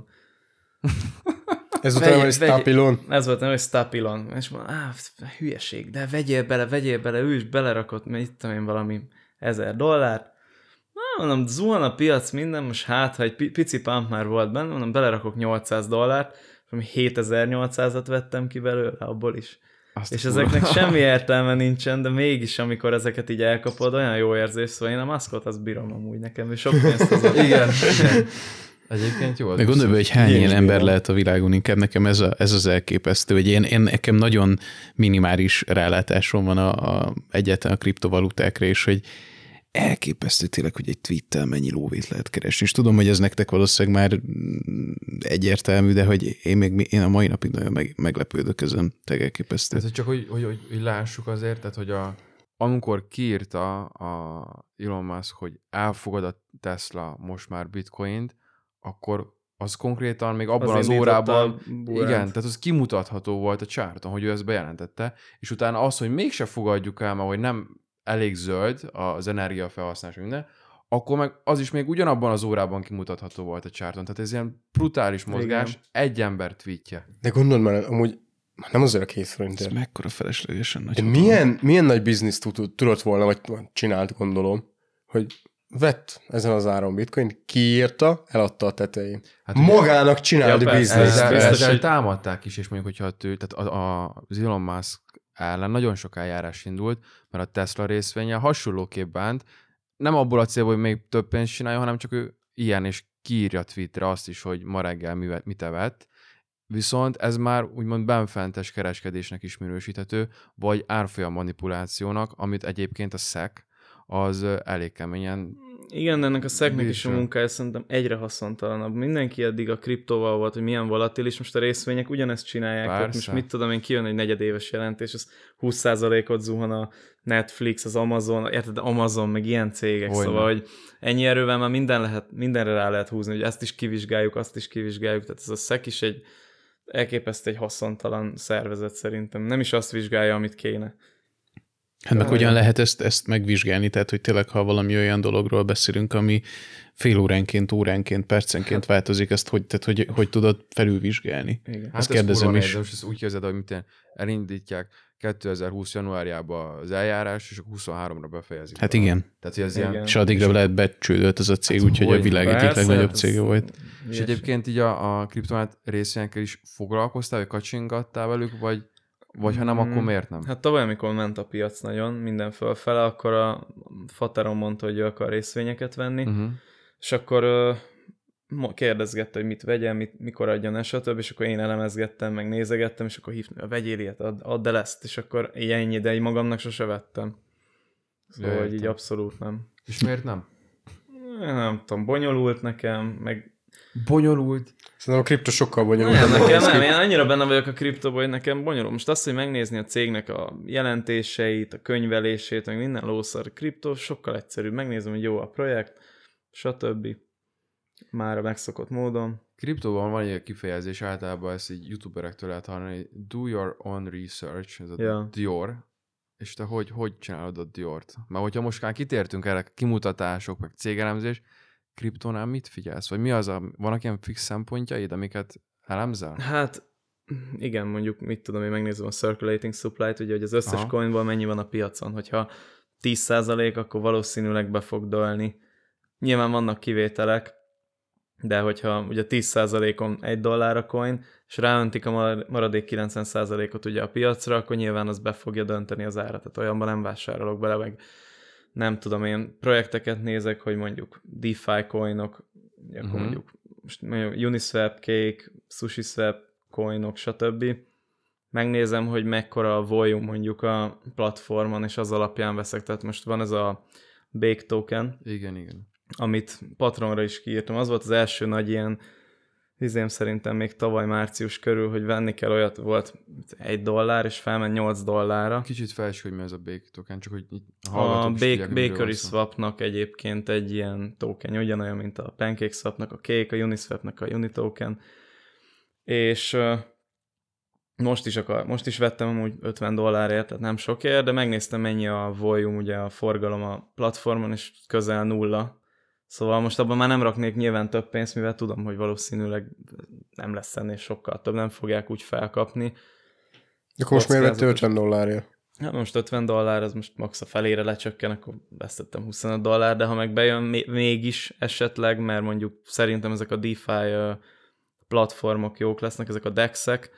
Ez volt olyan, hogy Stapilon? Ez volt olyan, hogy Stapilon. És mondom, hülyeség, de vegyél bele, ő is belerakott, mit tudom én, valami $1000. Mondom, zuhan a piac minden, most hát, ha egy pici pump már volt benne, mondom, belerakok $800, ami 7800-at vettem ki belőle, abból is. És ezeknek semmi értelme nincsen, de mégis, amikor ezeket így elkapod, olyan jó érzés, szóval én a Muskot azt bírom amúgy nekem, és sok pénzt hozott. Igen. Egyébként jó. De gondolj be, hogy hány ilyen ember lehet a világon, inkább nekem ez az elképesztő, hogy én nekem nagyon minimális rálátásom van egyáltalán a kriptovalutákra, és hogy elképesztő tényleg, hogy egy tweettel mennyi lóvét lehet keresni. És tudom, hogy ez nektek valószínűleg már egyértelmű, de hogy én a mai napig nagyon meglepődök ezen, tényleg elképesztő. Tehát csak, hogy lássuk azért, tehát, hogy amikor kiírta a Elon Musk, hogy elfogad a Tesla most már Bitcoint, akkor az konkrétan még abban az órában, igen, tehát az kimutatható volt a charton, hogy ő ezt bejelentette, és utána az, hogy mégse fogadjuk el, mert hogy nem elég zöld az energiafelhasználás minden, akkor meg az is még ugyanabban az órában kimutatható volt a charton. Tehát ez ilyen brutális mozgás, igen. Egy ember tweetje. De gondold már, amúgy nem azért a 2 forintért. Ez mekkora feleslegesen nagy. De milyen nagy bizniszt tudott volna, vagy csinált, gondolom, hogy vett ezen az áron bitcoin, kiírta, eladta a tetején. Hát magának csinált bizniszt. Ezzel támadták is, és mondjuk, hogyha tehát az Elon Musk ellen nagyon sok eljárás indult, mert a Tesla részvénye hasonlóképp bánt, nem abból a célból, hogy még több pénzt csinálja, hanem csak ő ilyen, és kiírja Twitterre azt is, hogy ma reggel mit evett, viszont ez már úgymond benfentes kereskedésnek is minősíthető, vagy árfolyam manipulációnak, amit egyébként a SEC az elég keményen. Igen, de ennek a SEC-nek is a munkája szerintem egyre haszontalanabb. Mindenki eddig a kriptóval volt, hogy milyen volatilis, most a részvények ugyanezt csinálják. Tehát most mit tudom én, kijön egy negyedéves jelentés, az 20%-ot zuhan a Netflix, az Amazon, érted, Amazon, meg ilyen cégek. Olyan. Szóval, hogy ennyi erővel már mindenre rá lehet húzni, hogy ezt is kivizsgáljuk, azt is kivizsgáljuk. Tehát ez a SEC is elképesztő egy haszontalan szervezet szerintem. Nem is azt vizsgálja, amit kéne. Hát meg hogyan lehet ezt megvizsgálni? Tehát, hogy tényleg, ha valami olyan dologról beszélünk, ami fél óránként, percenként változik, ezt hogy tudod felülvizsgálni? Igen. Hát kérdezem is. De most ezt úgy képzeld, hogy elindítják 2020 januárjában az eljárás, és 23-ra befejezik. Hát igen. Tehát, hogy ez ilyen... És addigra lehet becsődött ez a cég, hát úgyhogy a világ egyik legnagyobb cége volt. És egyébként így a kriptonát részvényekkel is foglalkoztál, vagy kacsingattál velük, vagy ha nem, akkor miért nem? Hát tavaly, amikor ment a piac nagyon, minden fölfele, akkor a faterom mondta, hogy ő akar részvényeket venni, és akkor kérdezgette, hogy mit vegyen, mikor adjon, stb. És akkor én elemezgettem, meg nézegettem, és akkor vegyél ilyet, add el ezt, és akkor ennyi, de így magamnak sose vettem. Szóval, hogy így abszolút nem. És miért nem? Nem tudom, bonyolult nekem, meg... Bonyolult? Szerintem a kripto sokkal bonyolult. Nem, én annyira benne vagyok a kriptóban, hogy nekem bonyolult. Most azt, hogy megnézni a cégnek a jelentéseit, a könyvelését, meg minden lószar, kriptó sokkal egyszerűbb. Megnézem, hogy jó a projekt, stb. Már a megszokott módon. Kriptóban van egy kifejezés, általában ezt így youtuberektől lehet hallani, do your own research, ez a Dior. És te hogy csinálod a Diort? Mert hogyha most már kitértünk erre, kimutatások, meg cégelemzés, kriptónál mit figyelsz? Vagy mi az vannak ilyen fix szempontjaid, amiket elemzel? Hát igen, mondjuk mit tudom, én megnézem a circulating supply-t, ugye, hogy az összes coinból mennyi van a piacon. Hogyha 10%, akkor valószínűleg be fog dőlni. Nyilván vannak kivételek, de hogyha ugye 10%-on $1 a coin, és ráöntik a maradék 90%-ot ugye a piacra, akkor nyilván az be fogja dönteni az árat. Tehát olyanban nem vásárolok bele, meg nem tudom, én projekteket nézek, hogy mondjuk DeFi coinok, akkor mondjuk Uniswap, Cake, SushiSwap coinok, stb. Megnézem, hogy mekkora a volume mondjuk a platformon, és az alapján veszek. Tehát most van ez a Bake token. Igen. Amit Patronra is kiírtam. Az volt az első nagy ilyen, szerintem még tavaly március körül, hogy venni kell olyat, volt $1, és felment $8. Kicsit felső, hogy mi ez a Bake token, csak hogy a Bakery Swapnak egyébként egy ilyen token, ugyanolyan, mint a Pancake Swapnak a Cake, a Uniswapnak a Unitoken, és most is vettem amúgy $50, tehát nem sokért, de megnéztem, mennyi a volume, ugye a forgalom a platformon, és közel 0. Szóval most abban már nem raknék nyilván több pénzt, mivel tudom, hogy valószínűleg nem lesz ennél sokkal több, nem fogják úgy felkapni. De akkor most miért vettél $50? Hát most $50, az most max a felére lecsökken, akkor vesztettem $25, de ha meg bejön mégis esetleg, mert mondjuk szerintem ezek a DeFi platformok jók lesznek, ezek a DEX-ek,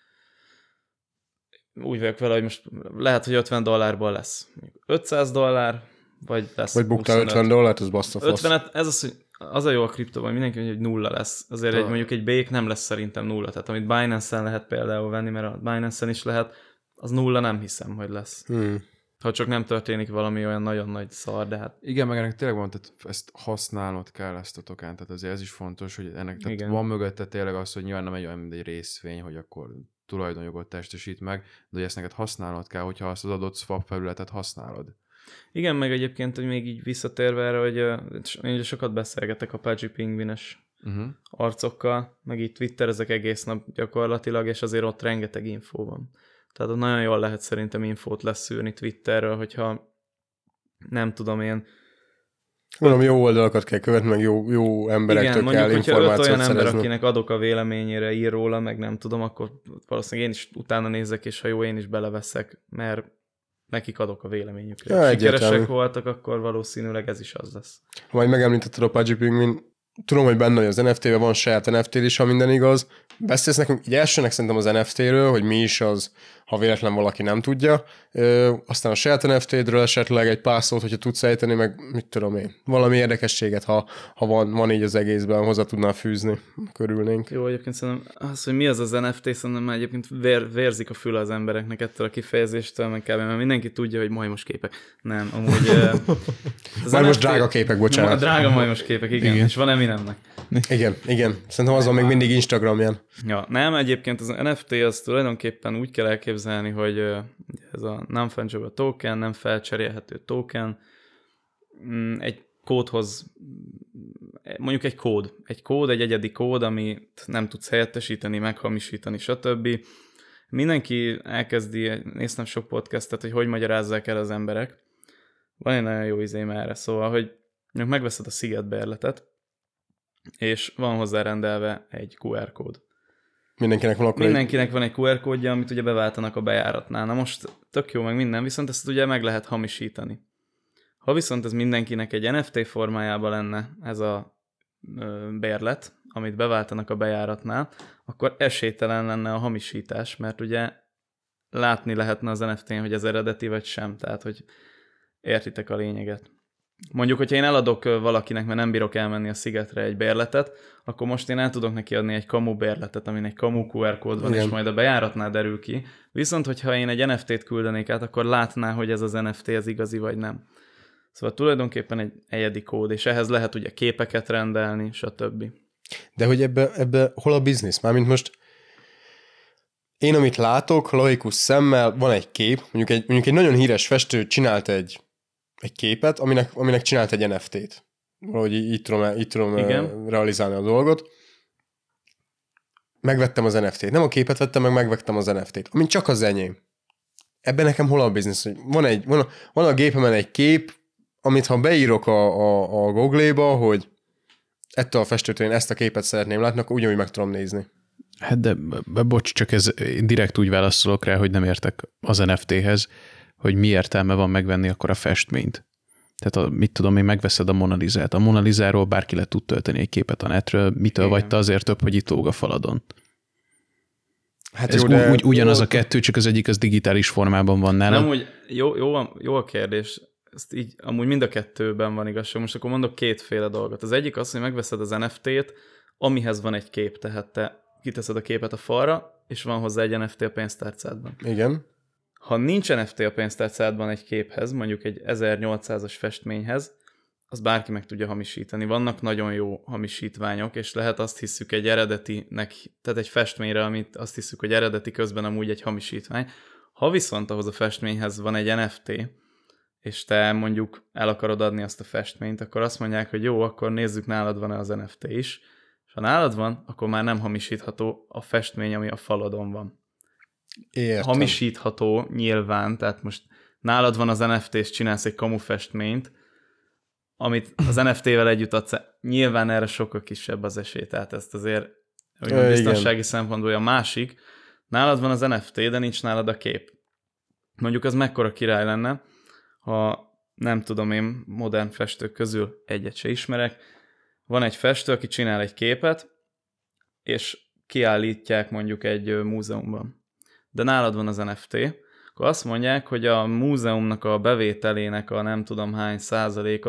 úgy vagyok vele, hogy most lehet, hogy $50 lesz. $500, vagy lesz vagy buktál $50, az bassza fasz. 50-et, ez az a jó a kriptóban, hogy mindenki mondja, hogy 0 lesz. Azért mondjuk egy Bake nem lesz szerintem 0. Tehát amit Binance-en lehet például venni, mert a Binance-en is lehet, az 0 nem hiszem, hogy lesz. Ha csak nem történik valami olyan nagyon nagy szar, de hát... Igen, meg ennek tényleg van, tehát ezt használnod kell, ezt a tokent, tehát azért ez is fontos, hogy ennek van mögötte tényleg az, hogy nyilván nem egy olyan, mint egy részvény, hogy akkor tulajdonjogot testesít meg, de hogy ezt neked használnod kell, hogyha azt az adott swap felületet használod. Igen, meg egyébként, hogy még így visszatérve erre, hogy én sokat beszélgetek a Pudgy Penguin-es arcokkal, meg így twitterezek egész nap gyakorlatilag, és azért ott rengeteg infó van. Tehát ott nagyon jól lehet szerintem infót leszűrni Twitterről, hogyha nem tudom én... Mondom, jó oldalakat kell követni, meg jó emberektől kell információt szerezni. Igen, mondjuk, hogyha 5 olyan ember, akinek adok a véleményére, ír róla, meg nem tudom, akkor valószínűleg én is utána nézek, és ha jó, én is beleveszek, mert nekik adok a véleményükre. Ha sikeresek voltak, akkor valószínűleg ez is az lesz. Ha majd megemlítetted a Pudgy Penguin, tudom, hogy benne vagy az NFT-ben, van saját NFT-d is, ha minden igaz. Beszélsz nekünk így elsőnek szerintem az NFT-ről, hogy mi is az, ha véletlen valaki nem tudja. Aztán a saját NFT-dről esetleg egy pár szót, hogyha tudsz ejteni, meg mit tudom én. Valami érdekességet, ha van így az egészben, hozzá tudnál fűzni, körülnénk. Jó, egyébként szerintem az, hogy mi az az NFT, szerintem már egyébként vérzik a füle az embereknek ettől a kifejezéstől, meg kb. Mert mindenki tudja, hogy majmos képek. Nem, amúgy... Majmos drága képek, bocsánat. A drága majmos képek, igen. És van Eminemnek. Igen. Szerintem az van még mindig Instagramján. Ja, nem, egyébként az NFT az tulajdonképpen úgy kell elképzelni, hogy ez a non-fungible token, nem felcserélhető token, egy kódhoz, mondjuk egy kód, egy egyedi kód, amit nem tudsz helyettesíteni, meghamisítani, stb. Mindenki elkezdi, néztem sok podcastet, hogy magyarázzák el az emberek. Van egy nagyon jó izém erre, szóval, hogy megveszed a szigetbérletet, és van hozzárendelve egy QR kód. Mindenkinek van egy QR kódja, amit ugye beváltanak a bejáratnál. Na most tök jó meg minden, viszont ezt ugye meg lehet hamisítani. Ha viszont ez mindenkinek egy NFT formájában lenne ez a bérlet, amit beváltanak a bejáratnál, akkor esélytelen lenne a hamisítás, mert ugye látni lehetne az NFT-n, hogy ez eredeti vagy sem, tehát hogy értitek a lényeget. mondjuk, hogyha én eladok valakinek, mert nem bírok elmenni a szigetre egy bérletet, akkor most én el tudok neki adni egy kamu bérletet, amin egy kamu QR kód van, és majd a bejáratnál derül ki. Viszont, hogyha én egy NFT-t küldenék át, akkor látná, hogy ez az NFT az igazi, vagy nem. Szóval tulajdonképpen egy egyedi kód, és ehhez lehet ugye képeket rendelni, stb. De hogy ebbe hol a biznisz? Mármint most én, amit látok, laikus szemmel, van egy kép, mondjuk egy nagyon híres festő csinált egy képet, aminek csinált egy NFT-t. Valahogy így tudom realizálni a dolgot. Megvettem az NFT-t. Nem a képet vettem, megvettem az NFT-t. Amint csak az enyém. Ebben nekem hol a biznisz? Hogy van a gépemen egy kép, amit ha beírok a Google-ba, hogy ettől a festőtől én ezt a képet szeretném látni, akkor ugyanúgy meg tudom nézni. Hát de bocs, csak ez direkt úgy válaszolok rá, hogy nem értek az NFT-hez, hogy mi értelme van megvenni akkor a festményt. Tehát mit tudom én, megveszed a Mona Lisát. A Mona Lisáról bárki le tud tölteni egy képet a netről, mitől vagy te azért több, hogy itt lóg a faladon. Hát ez jó, ugyanaz a kettő, csak az egyik az digitális formában van nálam. Nem, úgy jó a kérdés. Ezt így, amúgy mind a kettőben van igazság. Most akkor mondok kétféle dolgot. Az egyik az, hogy megveszed az NFT-t, amihez van egy kép, tehát te kiteszed a képet a falra, és van hozzá egy NFT a pénztárcádban. Igen. Ha nincs NFT a pénztárcádban egy képhez, mondjuk egy 1800-as festményhez, az bárki meg tudja hamisítani. Vannak nagyon jó hamisítványok, és lehet azt hiszük egy eredetinek, tehát egy festményre, amit azt hiszük, hogy eredeti, közben amúgy egy hamisítvány. Ha viszont ahhoz a festményhez van egy NFT, és te mondjuk el akarod adni azt a festményt, akkor azt mondják, hogy jó, akkor nézzük, nálad van-e az NFT is. És ha nálad van, akkor már nem hamisítható a festmény, ami a faladon van. Értem. Hamisítható nyilván, tehát most nálad van az NFT, és csinálsz egy kamu festményt, amit az NFT-vel együtt adsz, nyilván erre sokkal kisebb az esély, tehát ezt azért biztonsági szempontból a másik. Nálad van az NFT, de nincs nálad a kép. Mondjuk az mekkora király lenne, ha nem tudom én, modern festők közül egyet se ismerek, van egy festő, aki csinál egy képet, és kiállítják mondjuk egy múzeumban. De nálad van az NFT, akkor azt mondják, hogy a múzeumnak a bevételének a nem tudom hány százaléka,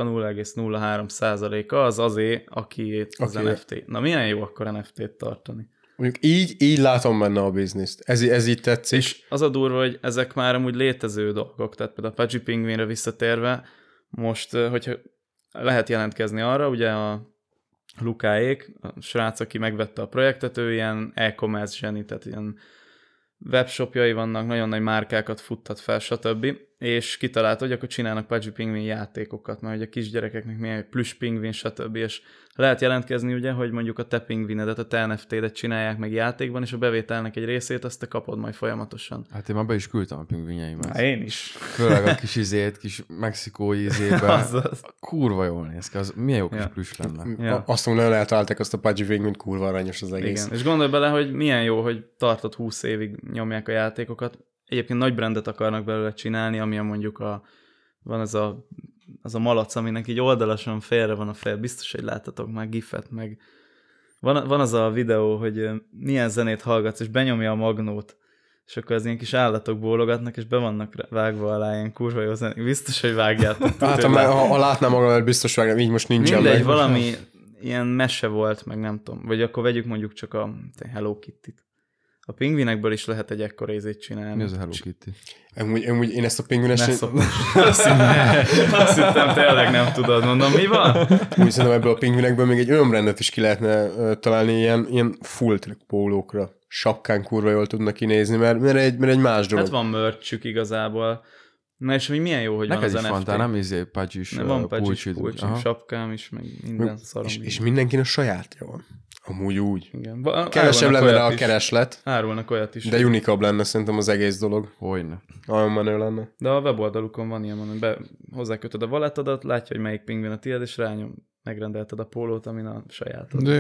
0,03%-a az azé, aki az NFT. Na milyen jó akkor NFT-t tartani? Mondjuk így látom benne a bizniszt. Ez így tetszik. És az a durva, hogy ezek már amúgy létező dolgok, tehát például a Pudgy Penguinre visszatérve, most, hogyha lehet jelentkezni arra, ugye a Lukáék, a srác, aki megvette a projektet, ő ilyen e-commerce zseni, tehát ilyen webshopjai vannak, nagyon nagy márkákat futtat fel, stb. És kitalálta, hogy akkor csinálnak Pudgy Penguin játékokat, mert hogy a kisgyerekeknek milyen plusz pingvin, stb. És lehet jelentkezni ugye, hogy mondjuk a te pingvinedet, a te NFT-det csinálják meg játékban, és a bevételnek egy részét azt te kapod majd folyamatosan. Hát én már be is küldtem a pingvinjeimet. Hát én is. Főleg a kis mexikói izébe. Kurva jól néz ki, az milyen jó kis plüss lenne. Ja. Azt mondom, nagyon eltalálták azt a Pudgy Penguint, kurva aranyos az egész. Igen. És gondolj bele, hogy milyen jó, hogy tartott 20 évig nyomják a játékokat. Egyébként nagy brandet akarnak belőle csinálni, ami mondjuk van az a malac, aminek így oldalason félre van a fej, biztos, hogy láttatok már gifet, meg van az a videó, hogy milyen zenét hallgatsz, és benyomja a magnót, és akkor az ilyen kis állatok bólogatnak, és be vannak vágva alá ilyen kurva jó zenék. Biztos, hogy vágjátok. Hát ha látnám magam, biztos vágom, így most nincsen. Mindegy, valami ilyen mese volt, meg nem tudom. Vagy akkor vegyük mondjuk csak a Hello Kitty-t. A pingvinekből is lehet egy ekkora ízét csinálni. Mi az a Hello Kitty? Amúgy én ezt a pingvines... Azt hittem, tényleg nem tudod, mondom, mi van? Úgy szerintem ebből a pingvinekből még egy önrendet is ki lehetne találni ilyen full track pólókra. Sapkán kurva jól tudnak kinézni, mert egy más dolog. Hát van merchük igazából. Na és mi milyen jó, hogy neked van az NFT. Neked is van, nem Pudgy-s van Pudgy-s, sapkám is, meg minden szarom. És mindenkinek sajátja van. Amúgy úgy. Igen. Kevesebb lenne rá a kereslet. Árulnak olyat is. De unikabb lenne szerintem az egész dolog. Hogyne. Nagyon menő lenne. De a weboldalukon van ilyen, hogy hozzákötöd a wallet-adat, látja, hogy melyik pingvin a tiéd, és rányom, megrendelted a pólót, amin a sajátod. De jó.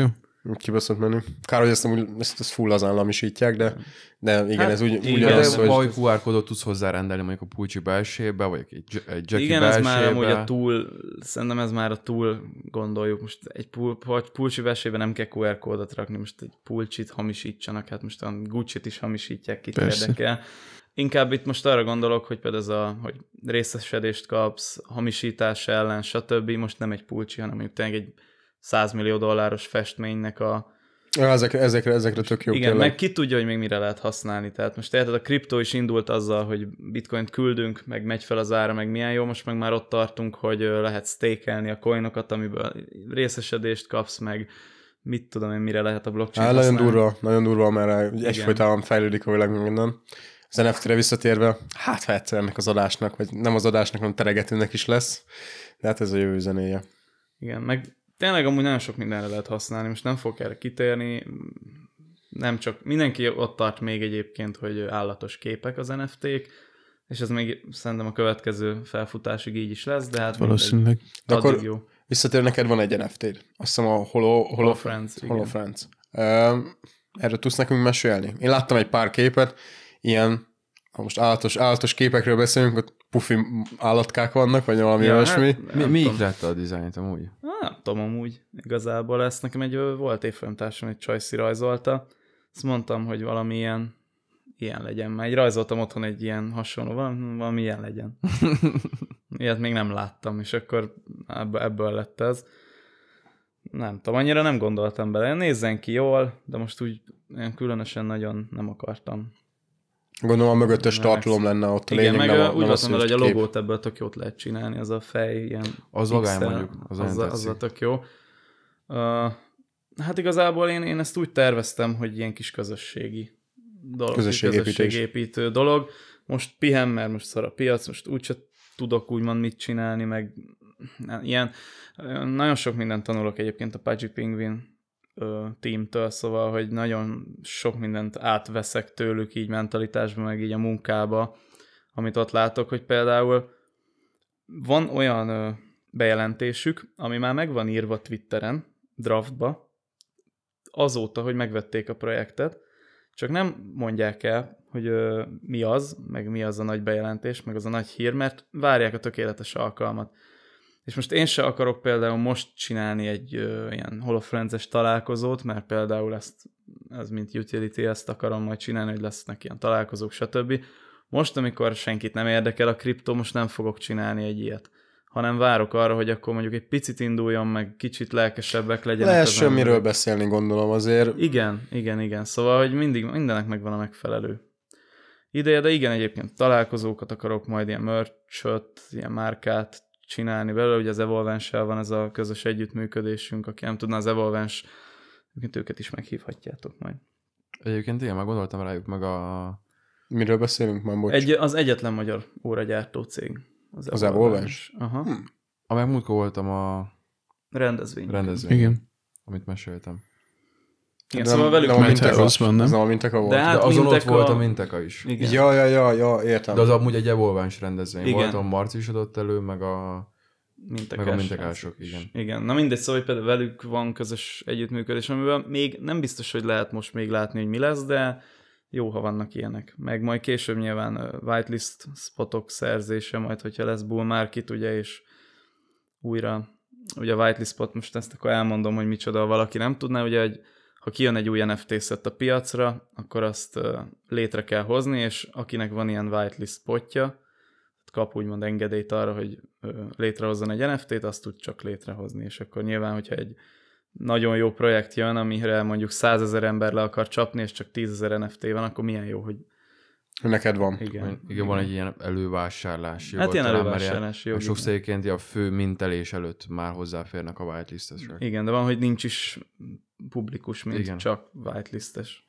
Kibaszott menü. Kár, hogy ezt full az államisítják, de igen, Hát, ez igen, ugyanaz, De hogy... valahogy QR kódot tudsz hozzárendelni mondjuk a pulcsi belsébe, vagy egy Jackie Igen, ez már belsébe. amúgy a túl, szerintem ez már a túl gondoljuk. Most egy pulcsi belsébe nem kell QR kódot rakni, most egy pulcsit hamisítsanak, hát most a Gucci-t is hamisítják, kit érdekel. Inkább itt most arra gondolok, hogy például hogy részesedést kapsz, hamisítás ellen, stb. Most nem egy pulcsi, hanem mondjuk tényleg egy $100 millió festménynek a... Ja, ezekre tök jó. Igen, tényleg. Meg ki tudja, hogy még mire lehet használni. Tehát most érted, a kriptó is indult azzal, hogy bitcoint küldünk, meg megy fel az ára, meg milyen jó, most meg már ott tartunk, hogy lehet stakelni a coinokat, amiből részesedést kapsz, meg mit tudom én, mire lehet a blockchain használni. Nagyon durva, mert egyfolytában fejlődik a világ minden. Az NFT-re visszatérve, hát ha egyszer ennek az adásnak, vagy nem az adásnak, hanem teregetőnek is lesz, de hát ez a jövő zenéje. Igen, meg tényleg amúgy nagyon sok mindenre lehet használni, most nem fogok erre kitérni, nem csak, mindenki ott tart még egyébként, hogy állatos képek az NFT-k, és ez még szerintem a következő felfutásig így is lesz, de hát valószínűleg. De akkor jó. Visszatér, neked van egy NFT-d. Azt hiszem a HoloFriends. Erről tudsz nekünk mesélni? Én láttam egy pár képet, ilyen, ha most állatos képekről beszélünk, ott pufi állatkák vannak, vagy valami olyasmi. Hát, mi ihlette a dizájnt amúgy? Nem tudom amúgy igazából ezt. Nekem volt évfolyamtársam, egy csajszi rajzolta. Azt mondtam, hogy valami ilyen legyen. Már rajzoltam otthon egy ilyen hasonló, valami ilyen legyen. Ilyet még nem láttam, és akkor ebből lett ez. Nem tudom, annyira nem gondoltam bele. Nézzen ki jól, de most úgy különösen nagyon nem akartam. Gondolom a mögöttes tartalom lenne ott a lényeg. Igen, meg úgy voltam vele, hogy a logót ebből tök jót lehet csinálni, az a fej, ilyen az vagány mondjuk, az tök jó. Hát igazából én ezt úgy terveztem, hogy ilyen kis közösségi dolog, közösségépítő dolog. Most pihen, mert most szar a piac, most úgyse tudok úgymond mit csinálni, meg ilyen. Nagyon sok mindent tanulok egyébként a Pudgy Penguin teamtől, szóval, hogy nagyon sok mindent átveszek tőlük így mentalitásban, meg így a munkába, amit ott látok, hogy például van olyan bejelentésük, ami már meg van írva Twitteren, draftba, azóta, hogy megvették a projektet, csak nem mondják el, hogy mi az, meg mi az a nagy bejelentés, meg az a nagy hír, mert várják a tökéletes alkalmat. És most én se akarok például most csinálni egy ilyen HoloFriends-es találkozót, mert például ez mint utility, ezt akarom majd csinálni, hogy lesznek ilyen találkozók, stb. Most, amikor senkit nem érdekel a kriptó, most nem fogok csinálni egy ilyet, hanem várok arra, hogy akkor mondjuk egy picit induljon, meg kicsit lelkesebbek legyenek. Lehessen miről beszélni, gondolom azért. Igen. Szóval, hogy mindennek megvan a megfelelő ideje, de igen, egyébként találkozókat akarok, majd ilyen merch-öt, ilyen márkát csinálni belőle, ugye az Evolvence-sel van ez a közös együttműködésünk, aki nem tudná az Evolvence, őket is meghívhatjátok majd. Egyébként igen, már gondoltam rájuk meg a... Miről beszélünk már, bocs? Az egyetlen magyar óragyártó cég. Az Evolvence? Aha. Amelyek múltkor voltam a rendezvény. Igen. Amit meséltem. Igen, szóval velük az a Minteka volt. De azon ott volt a Minteka is. Igen. Ja, értem. De az amúgy egy Evolvence rendezvény volt, a Marci is adott elő, meg a Mintekások, igen. Igen, na mindegy, szóval például velük van közös együttműködés, amivel még nem biztos, hogy lehet most még látni, hogy mi lesz, de jó, ha vannak ilyenek. Meg majd később nyilván whitelist spotok szerzése, majd hogyha lesz bull market, ugye, és újra, ugye a whitelist spot, most ezt akkor elmondom, hogy micsoda, valaki nem tudná, ugye, hogy ha kijön egy új NFT szett a piacra, akkor azt létre kell hozni, és akinek van ilyen whitelist spotja, kap úgymond engedélyt arra, hogy létrehozzon egy NFT-t, azt tud csak létrehozni, és akkor nyilván, hogyha egy nagyon jó projekt jön, amire mondjuk 100 000 ember le akar csapni, és csak 10 000 NFT van, akkor milyen jó, hogy neked van. Igen, van egy ilyen elővásárlás. Hát ilyen elővásárlás jog. Sokszor egyébként a fő mintelés előtt már hozzáférnek a whitelistesre. Igen, de van, hogy nincs is publikus, mint igen. Csak whitelistes.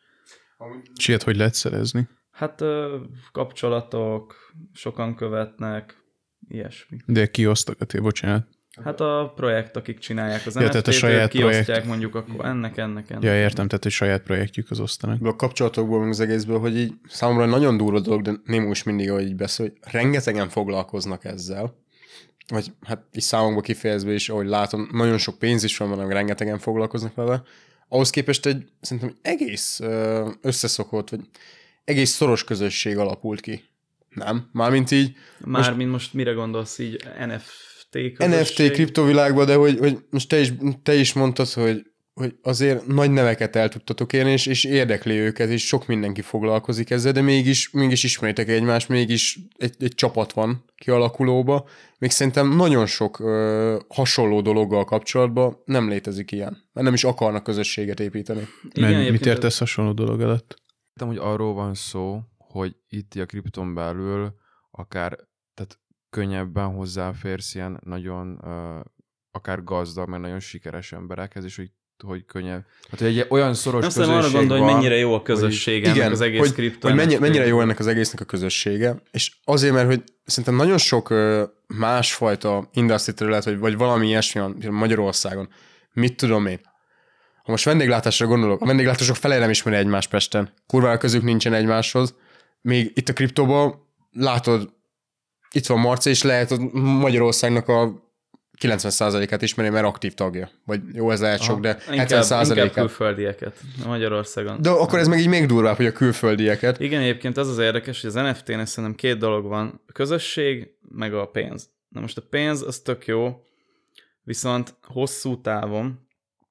És ilyet hogy lehet szerezni? Hát kapcsolatok, sokan követnek, ilyesmi. De kiosztogatja, bocsánat. Hát a projekt, akik csinálják az NFT-t, a saját kiosztják projekt. mondjuk akkor ennek. Ja, értem, tehát egy saját projektjük az osztanak. A kapcsolatokból, meg az egészből, hogy így számomra nagyon durva dolog, de nem most mindig, hogy így beszél, hogy rengetegen foglalkoznak ezzel. Vagy hát így számomból kifejezve is, ahogy látom, nagyon sok pénz is van, rengetegen foglalkoznak vele. ahhoz képest szerintem egész összeszokott, vagy egész szoros közösség alapult ki. Nem? Mármint így... Mármint most mire gondolsz így NFT közösség? NFT kriptovilágban, de hogy most te is mondtad, hogy azért nagy neveket el tudtatok érni, és érdekli őket, és sok mindenki foglalkozik ezzel, de mégis ismeritek egymást, mégis egy csapat van kialakulóba. Még szerintem nagyon sok hasonló dologgal kapcsolatban nem létezik ilyen, mert nem is akarnak közösséget építeni. Igen, mit értesz hasonló dolog alatt? Hogy arról van szó, hogy itt a kripton belül akár tehát könnyebben hozzáférsz ilyen nagyon akár gazdag, mert nagyon sikeres emberekhez, és hogy könnyebb. Hát, hogy egy olyan szoros nem közösség arra gondolj, van, hogy mennyire jó a közösség ennek az egész kripto. Hogy mennyire jó ennek az egésznek a közössége, és azért, mert hogy szerintem nagyon sok másfajta industry terület, vagy valami ilyesmi van Magyarországon. Mit tudom én? Ha most vendéglátásra gondolok, a vendéglátások fele nem ismeri egymást Pesten. Kurvára közük nincsen egymáshoz. Még itt a kriptóban látod, itt van Marci, és lehet hogy Magyarországnak a 90%-át ismeri, mert aktív tagja. Vagy jó, ez lehet sok, de 70%-át. Inkább külföldieket Magyarországon. De akkor ez meg így még durvább, hogy a külföldieket. Igen, egyébként az érdekes, hogy az NFT-nek szerintem két dolog van. A közösség, meg a pénz. Na most a pénz, az tök jó, viszont hosszú távon,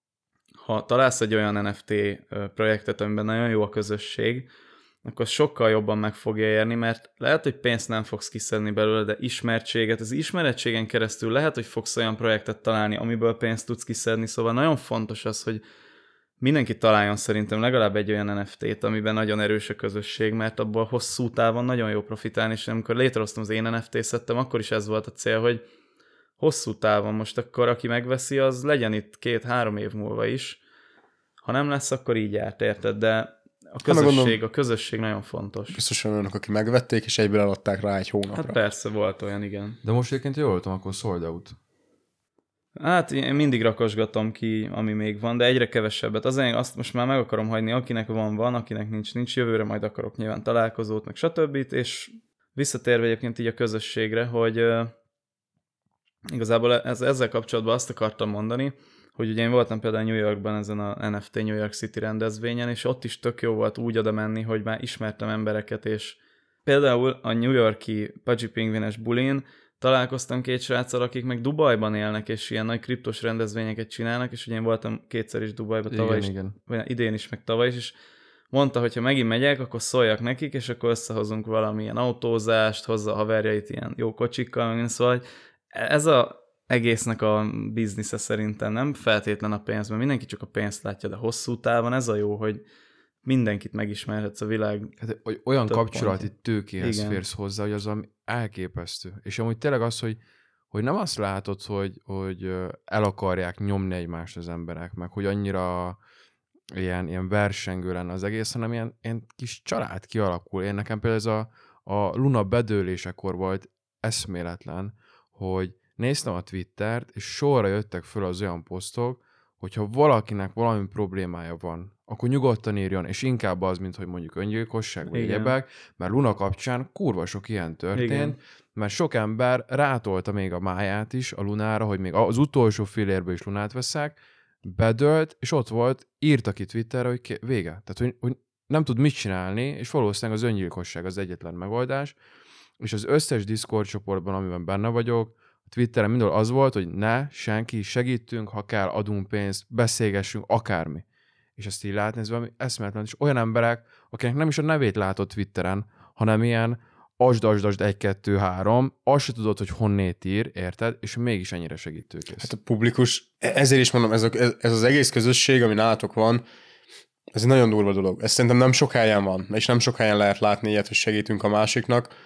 ha találsz egy olyan NFT projektet, amiben nagyon jó a közösség, akkor sokkal jobban meg fogja érni, mert lehet, hogy pénzt nem fogsz kiszedni belőle, de ismertséget, az ismerettségen keresztül lehet, hogy fogsz olyan projektet találni, amiből pénzt tudsz kiszedni, szóval nagyon fontos az, hogy mindenki találjon szerintem legalább egy olyan NFT-t, amiben nagyon erős a közösség, mert abból hosszú távon nagyon jó profitálni, és amikor létrehoztam az én NFT-szettem, akkor is ez volt a cél, hogy hosszú távon most akkor, aki megveszi, az legyen itt 2-3 év múlva is. Ha nem lesz, akkor így járt, érted? De a közösség nagyon fontos. Biztosan olyanok, akik megvették, és egyből eladták rá egy hónapra. Hát persze, volt olyan, igen. De most egyébként jól voltam, akkor sold out. Hát én mindig rakosgatom ki, ami még van, de egyre kevesebbet. Azért azt most már meg akarom hagyni, akinek van, akinek nincs. Jövőre majd akarok nyilván találkozót, meg stb. És visszatérve egyébként így a közösségre, hogy igazából ezzel kapcsolatban azt akartam mondani, hogy ugye én voltam például New Yorkban ezen a NFT New York City rendezvényen, és ott is tök jó volt úgy oda menni, hogy már ismertem embereket, és például a New York-i Pudgy Penguines bulin találkoztam két sráccal, akik meg Dubajban élnek, és ilyen nagy kriptos rendezvényeket csinálnak, és ugye én voltam kétszer is Dubajban tavaly is, vagy idén is, meg tavaly is, és mondta, hogy ha megint megyek, akkor szóljak nekik, és akkor összehozunk valamilyen autózást, hozza a haverjait ilyen jó kocsikkal, meg szóval ez a egésznek a biznisze szerintem nem feltétlen a pénz, mert mindenki csak a pénzt látja, de hosszú távon ez a jó, hogy mindenkit megismerhetsz a világ. Hát, hogy olyan kapcsolati tőkéhez férsz hozzá, hogy az elképesztő. És amúgy tényleg az, hogy nem azt látod, hogy el akarják nyomni egymást az emberek, meg hogy annyira ilyen versengő lenne az egész, hanem ilyen kis család kialakul. Én nekem például ez a Luna bedőlésekor volt eszméletlen, hogy néztem a Twittert, és sorra jöttek föl az olyan posztok, hogyha valakinek valami problémája van, akkor nyugodtan írjon, és inkább az, mint hogy mondjuk öngyilkosság, vagy egyebek, mert Luna kapcsán kurva sok ilyen történt, igen. Mert sok ember rátolta még a máját is a Lunára, hogy még az utolsó fillérből is Lunát veszek, bedölt, és ott volt, írta ki Twitterre, hogy vége. Tehát, hogy nem tud mit csinálni, és valószínűleg az öngyilkosság az egyetlen megoldás, és az összes Discord csoportban, amiben benne vagyok, Twitteren mindenhol az volt, hogy ne, senki, segítünk, ha kell, adunk pénzt, beszélgessünk, akármi. És ezt így látni, ez valami eszméletlen. És olyan emberek, akinek nem is a nevét látott Twitteren, hanem ilyen asd 1, 2, 3, azt se tudod, hogy honnét ír, érted? És mégis ennyire segítőkész. Hát a publikus, ezért is mondom, ez az egész közösség, ami nálatok van, ez egy nagyon durva dolog. Ez szerintem nem sok helyen van, és nem sok helyen lehet látni ilyet, hogy segítünk a másiknak.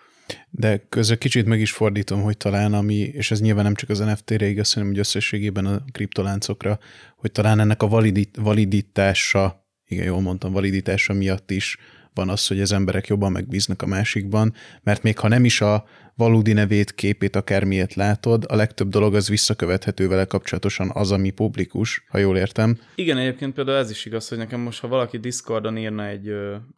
De közben kicsit meg is fordítom, hogy talán és ez nyilván nem csak az NFT-re igaz, hanem hogy összességében a kriptoláncokra, hogy talán ennek a validitása, igen, jól mondtam, validitása miatt is van az, hogy az emberek jobban megbíznak a másikban, mert még ha nem is a valódi nevét, képét, akármilyet látod, a legtöbb dolog az visszakövethető vele kapcsolatosan az, ami publikus, ha jól értem. Igen, egyébként például ez is igaz, hogy nekem most, ha valaki Discordon írna egy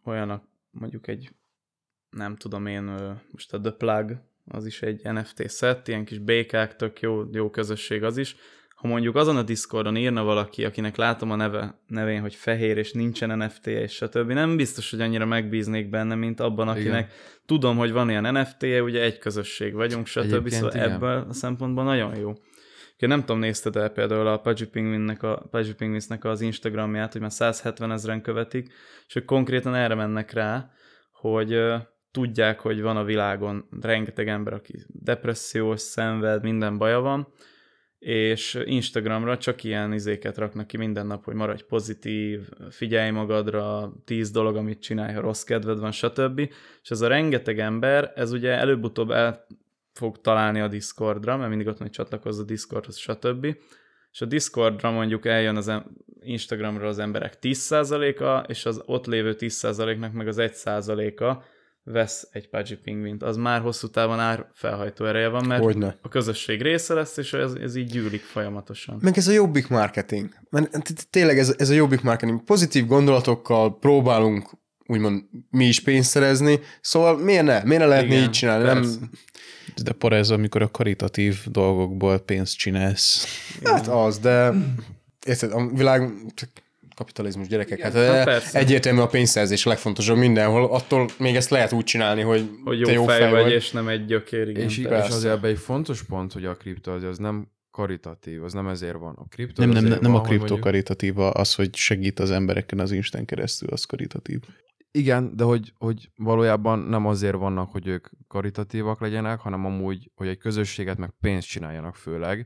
mondjuk egy nem tudom én, most a The Plug, az is egy NFT szett, ilyen kis békák, tök jó közösség az is. ha mondjuk azon a Discordon írna valaki, akinek látom a nevén, hogy fehér, és nincsen NFT-je, és stb. Nem biztos, hogy annyira megbíznék benne, mint abban, akinek igen. tudom, hogy van ilyen NFT-je, ugye egy közösség vagyunk, stb. Egyébként szóval igen. ebből a szempontból nagyon jó. Nem tudom, nézted-e például a Pudgy Penguinsnek az Instagramját, hogy már 170 000 követik, és ők konkrétan erre mennek rá, hogy tudják, hogy van a világon rengeteg ember, aki depressziós, szenved, minden baja van, és Instagramra csak ilyen izéket raknak ki minden nap, hogy maradj pozitív, figyelj magadra, 10 dolog, amit csinálj, ha rossz kedved van, stb. És ez a rengeteg ember, ez ugye előbb-utóbb el fog találni a Discordra, mert mindig ott majd csatlakozz a Discordhoz, stb. És a Discordra mondjuk eljön az Instagramra az emberek 10%-a, és az ott lévő 10%-nak meg az 1%-a vesz egy Pudgy Penguint. Az már hosszú távon árfelhajtó ereje van, mert hogyne. A közösség része lesz, és ez így gyűlik folyamatosan. Meg ez a jobbik marketing. Mert tényleg ez a jobbik marketing. Pozitív gondolatokkal próbálunk úgymond mi is pénzt szerezni, szóval miért ne lehetne így csinálni? Nem... De para ez, amikor a karitatív dolgokból pénzt csinálsz. Hát az, de érted, a világ kapitalizmus, gyerekek, igen, hát egyértelmű a pénzszerzés a legfontosabb mindenhol, attól még ezt lehet úgy csinálni, hogy te jó fej vagy, és nem egy gyökér. Igen, és azért ebben egy fontos pont, hogy a kripto az nem karitatív, az nem ezért van. A kripto nem a kripto karitatív, az, hogy segít az embereken az Insten keresztül, az karitatív. Igen, de hogy valójában nem azért vannak, hogy ők karitatívak legyenek, hanem amúgy, hogy egy közösséget meg pénzt csináljanak főleg,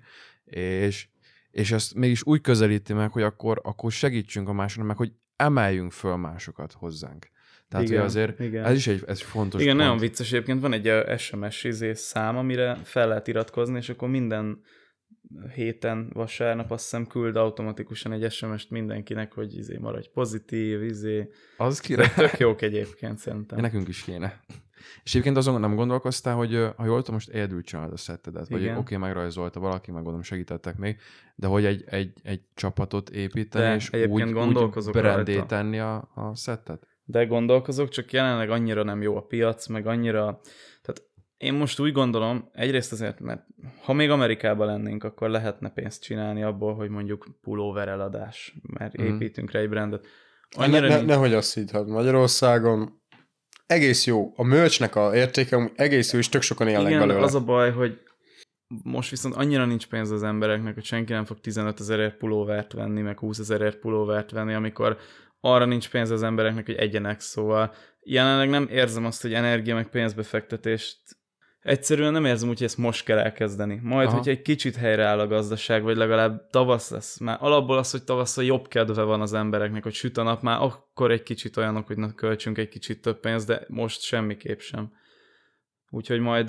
és ezt mégis úgy közelíti meg, hogy akkor segítsünk a másoknak, meg hogy emeljünk föl másokat hozzánk. Tehát, igen, hogy azért igen. Ez is egy fontos igen, pont. Nagyon vicces egyébként, van egy SMS szám, amire fel lehet iratkozni, és akkor minden héten, vasárnap azt hiszem küld automatikusan egy SMS-t mindenkinek, hogy maradj pozitív, Az király. Tök jók egyébként szerintem. Nekünk is kéne. És egyébként azon nem gondolkoztál, hogy ha jól tudom, most egyedül csinálod a szettedet, vagy oké, megrajzolta valaki, meg gondolom segítettek még, de hogy egy csapatot építeni, de és úgy brandé tenni a szettet? De gondolkozok, csak jelenleg annyira nem jó a piac, meg annyira... Tehát én most úgy gondolom, egyrészt azért, mert ha még Amerikában lennénk, akkor lehetne pénzt csinálni abból, hogy mondjuk pulóver eladás, mert építünk rá egy brandet. Nehogy azt hidd, Magyarországon egész jó. A merchnek a értéke egész jó, és tök sokan élnek belőle. Igen, az a baj, hogy most viszont annyira nincs pénz az embereknek, hogy senki nem fog 15 000 pulóvert venni, meg 20 000 pulóvert venni, amikor arra nincs pénz az embereknek, hogy egyenek, szóval jelenleg nem érzem azt, hogy energia meg pénzbefektetést egyszerűen nem érzem úgy, hogy ezt most kell elkezdeni. Majd, hogyha egy kicsit helyreáll a gazdaság, vagy legalább tavasz lesz. Már alapból az, hogy tavasszal jobb kedve van az embereknek, hogy süt a nap, már akkor egy kicsit olyanok, hogy költsünk egy kicsit több pénzt, de most semmiképp sem. Úgyhogy majd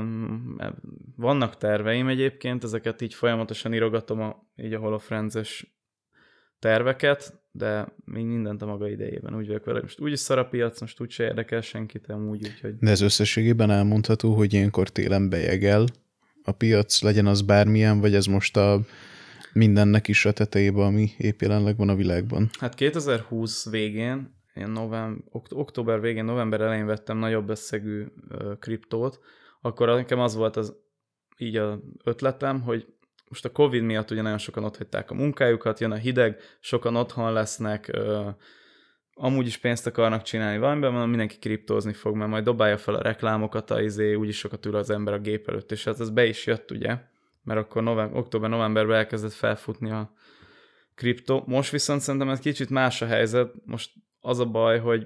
vannak terveim egyébként, ezeket így folyamatosan írogatom így a Holofriends-es terveket, de még mindent a maga idejében. Úgy vagyok vele, most úgyis szar a piac, most úgyse érdekel senkit, amúgy, úgyhogy... De ez összességében elmondható, hogy ilyenkor télen bejegel a piac, legyen az bármilyen, vagy ez most a mindennek is a tetejében, ami épp jelenleg van a világban? Hát 2020 végén, október végén, november elején vettem nagyobb összegű kriptót, akkor nekem az volt így az ötletem, hogy most a Covid miatt ugye nagyon sokan otthagyták a munkájukat, jön a hideg, sokan otthon lesznek, amúgy is pénzt akarnak csinálni valamiben, mondom, mindenki kriptózni fog, mert majd dobálja fel a reklámokat, úgyis sokat ül az ember a gép előtt, és hát ez be is jött, ugye, mert akkor október-novemberben elkezdett felfutni a kriptó. Most viszont szerintem ez kicsit más a helyzet, most az a baj, hogy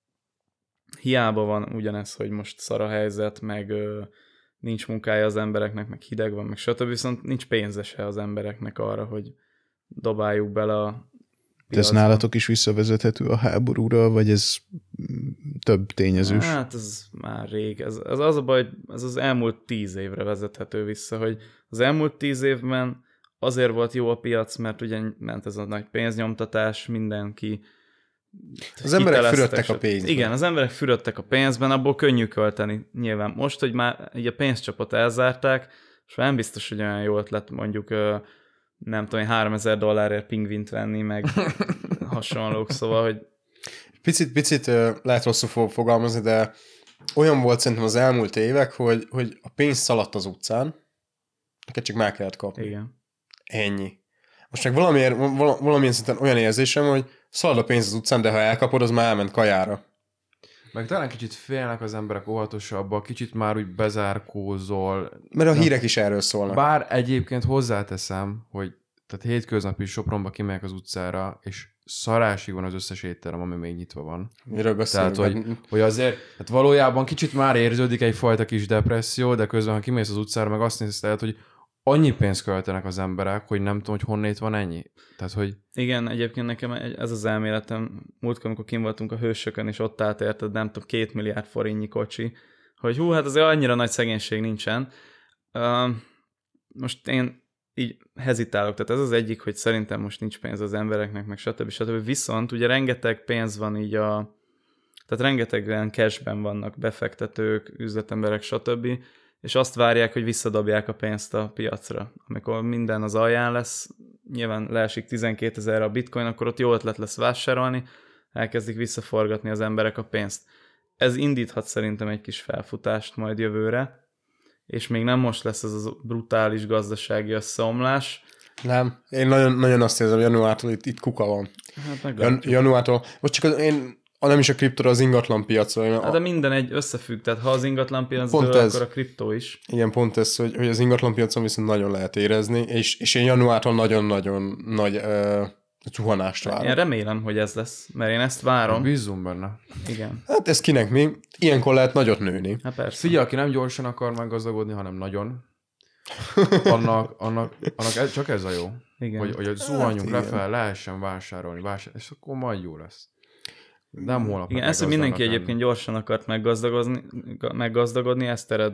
hiába van ugyanez, hogy most szar a helyzet, meg... nincs munkája az embereknek, meg hideg van, meg stb. Viszont nincs pénze se az embereknek arra, hogy dobáljuk bele a piacba. De ez nálatok is visszavezethető a háborúra, vagy ez több tényezős? Hát ez már rég. Ez az a baj, hogy ez az elmúlt 10 évre vezethető vissza, hogy az elmúlt 10 évben azért volt jó a piac, mert ugye ment ez a nagy pénznyomtatás, mindenki az emberek fürödtek a pénzben. Igen, az emberek fürödtek a pénzben, abból könnyű költeni nyilván. Most, hogy már így a pénzcsapot elzárták, és már nem biztos, hogy olyan jó ötlet mondjuk nem tudom, $3000 pingvint venni, meg hasonlók, szóval, hogy... Picit lehet rosszul fogalmazni, de olyan volt szerintem az elmúlt évek, hogy a pénz szaladt az utcán, neked csak meg kellett kapni. Igen. ennyi. Most meg valamilyen szinten olyan érzésem, hogy szalad a pénz az utcán, de ha elkapod, az már elment kajára. Meg talán kicsit félnek az emberek óvatosabbak, kicsit már úgy bezárkózol. Mert a hírek is erről szólnak. Bár egyébként hozzáteszem, hogy tehát hétköznapi Sopronba kimegyek az utcára, és szarásig van az összes étterem, ami még nyitva van. Miről beszélünk? Tehát, hogy azért, tehát valójában kicsit már érződik egyfajta kis depresszió, de közben, ha kimész az utcára, meg azt nézed, hogy annyi pénzt költenek az emberek, hogy nem tudom, hogy honnét van ennyi. Tehát, hogy... Igen, egyébként nekem ez az elméletem, múltkor, amikor kim voltunk a Hősökön, és ott állt érted, nem tudom, 2 milliárd forintnyi kocsi, hogy hát azért annyira nagy szegénység nincsen. Most én így hezitálok, tehát ez az egyik, hogy szerintem most nincs pénz az embereknek, meg stb. Viszont ugye rengeteg pénz van így tehát rengetegen cashben vannak befektetők, üzletemberek, stb., és azt várják, hogy visszadobják a pénzt a piacra. Amikor minden az alján lesz, nyilván leesik 12 000 a bitcoin, akkor ott jó ötlet lesz vásárolni, elkezdik visszaforgatni az emberek a pénzt. Ez indíthat szerintem egy kis felfutást majd jövőre, és még nem most lesz ez a brutális gazdasági összeomlás. Nem, én nagyon azt érzem, januártól itt kuka van. Hát januártól, most csak nem is a kriptóra, az ingatlan piacra. Hát de minden egy összefügg, tehát ha az ingatlan piac dől, akkor a kriptó is. Igen, pont ez, hogy az ingatlan piacon viszont nagyon lehet érezni, és én januártól nagyon-nagyon nagy csuhanást várok. Én remélem, hogy ez lesz, mert én ezt várom. Bízzunk benne. Igen. Hát ez kinek mi? Ilyenkor lehet nagyot nőni. Hát persze. Figyelj, aki nem gyorsan akar meggazdagodni, hanem nagyon, annak csak ez a jó. Igen. Hogy zuhanjunk lefelé, lehessen vásárolni, és akkor majd jó lesz. Nem holnap. Igen, ezt, hogy mindenki egyébként gyorsan akart meggazdagodni,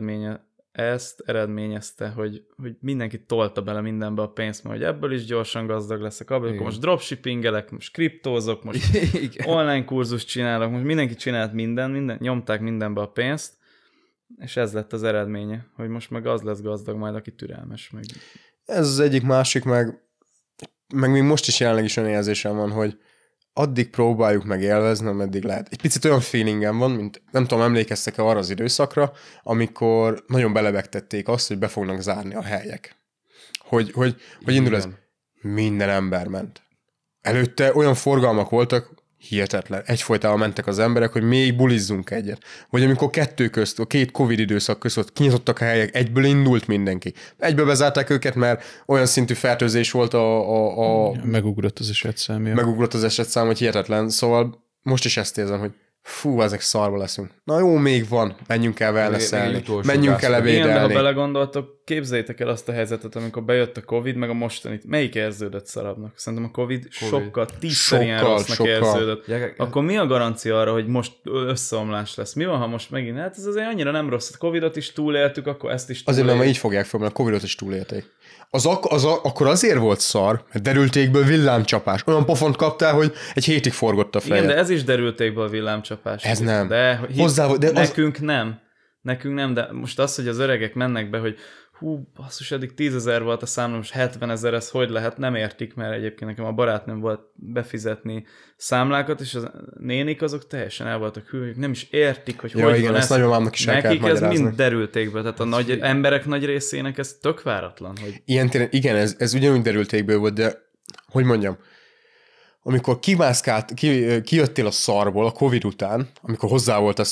ezt eredményezte, hogy mindenki tolta bele mindenbe a pénzt, mert hogy ebből is gyorsan gazdag leszek, akkor most dropshippingelek, most kriptózok, most online kurzust csinálok, most mindenki csinált mindent, nyomták mindenbe a pénzt, és ez lett az eredménye, hogy most meg az lesz gazdag majd, aki türelmes. Meg. Ez az egyik, másik, meg még most is jelenleg is olyan érzésem van, hogy addig próbáljuk meg élvezni, ameddig lehet. Egy picit olyan feelingem van, mint nem tudom, emlékeztek-e arra az időszakra, amikor nagyon belebegtették azt, hogy be fognak zárni a helyek. Hogy indul ez. Minden ember ment. Előtte olyan forgalmak voltak, hihetetlen. Egyfolytában mentek az emberek, hogy még bulizzunk egyet. Vagy amikor a két Covid időszak között kinyitottak a helyek, egyből indult mindenki. Egyből bezárták őket, mert olyan szintű fertőzés volt Megugrott az esetszám. Megugrott az esetszám, hogy hihetetlen. Szóval most is ezt érzem, hogy fú, ezek szarba leszünk. Na jó, még van. Menjünk el wellnesselni. Menjünk el ebédelni. Igen, de ha belegondoltok, képzeljétek el azt a helyzetet, amikor bejött a Covid, meg a mostani. Melyik érződött szarabbnak? Szerintem a Covid sokkal tízszer ilyen rossznak érződött. Akkor mi a garancia arra, hogy most összeomlás lesz? Mi van, ha most megint? Hát ez azért annyira nem rossz. A Covidot is túléltük, akkor ezt is túléltük. Azért nem, így fogják fel, mert a Covidot is túlélték. Akkor azért volt szar, mert derültékből villámcsapás. Olyan pofont kaptál, hogy egy hétig forgott a fejed. Igen, de ez is derültékből villámcsapás. Ez nem. De nekünk nem. Nekünk nem, de most az, hogy az öregek mennek be, hogy basszus, eddig 10 000 volt a számla, most 70 000, ez hogy lehet? Nem értik, mert egyébként nekem a barátnőm volt befizetni számlákat, és a nénik azok teljesen el voltak hűlők, nem is értik, hogy hogy igen, van ezt nagyomámnak is el nekik ez mind derültékből, tehát a emberek nagy részének ez tök váratlan. Hogy... Ilyen téren, igen, ez ugyanúgy derültékből volt, de hogy mondjam, amikor kijöttél a szarból a Covid után, amikor hozzá voltál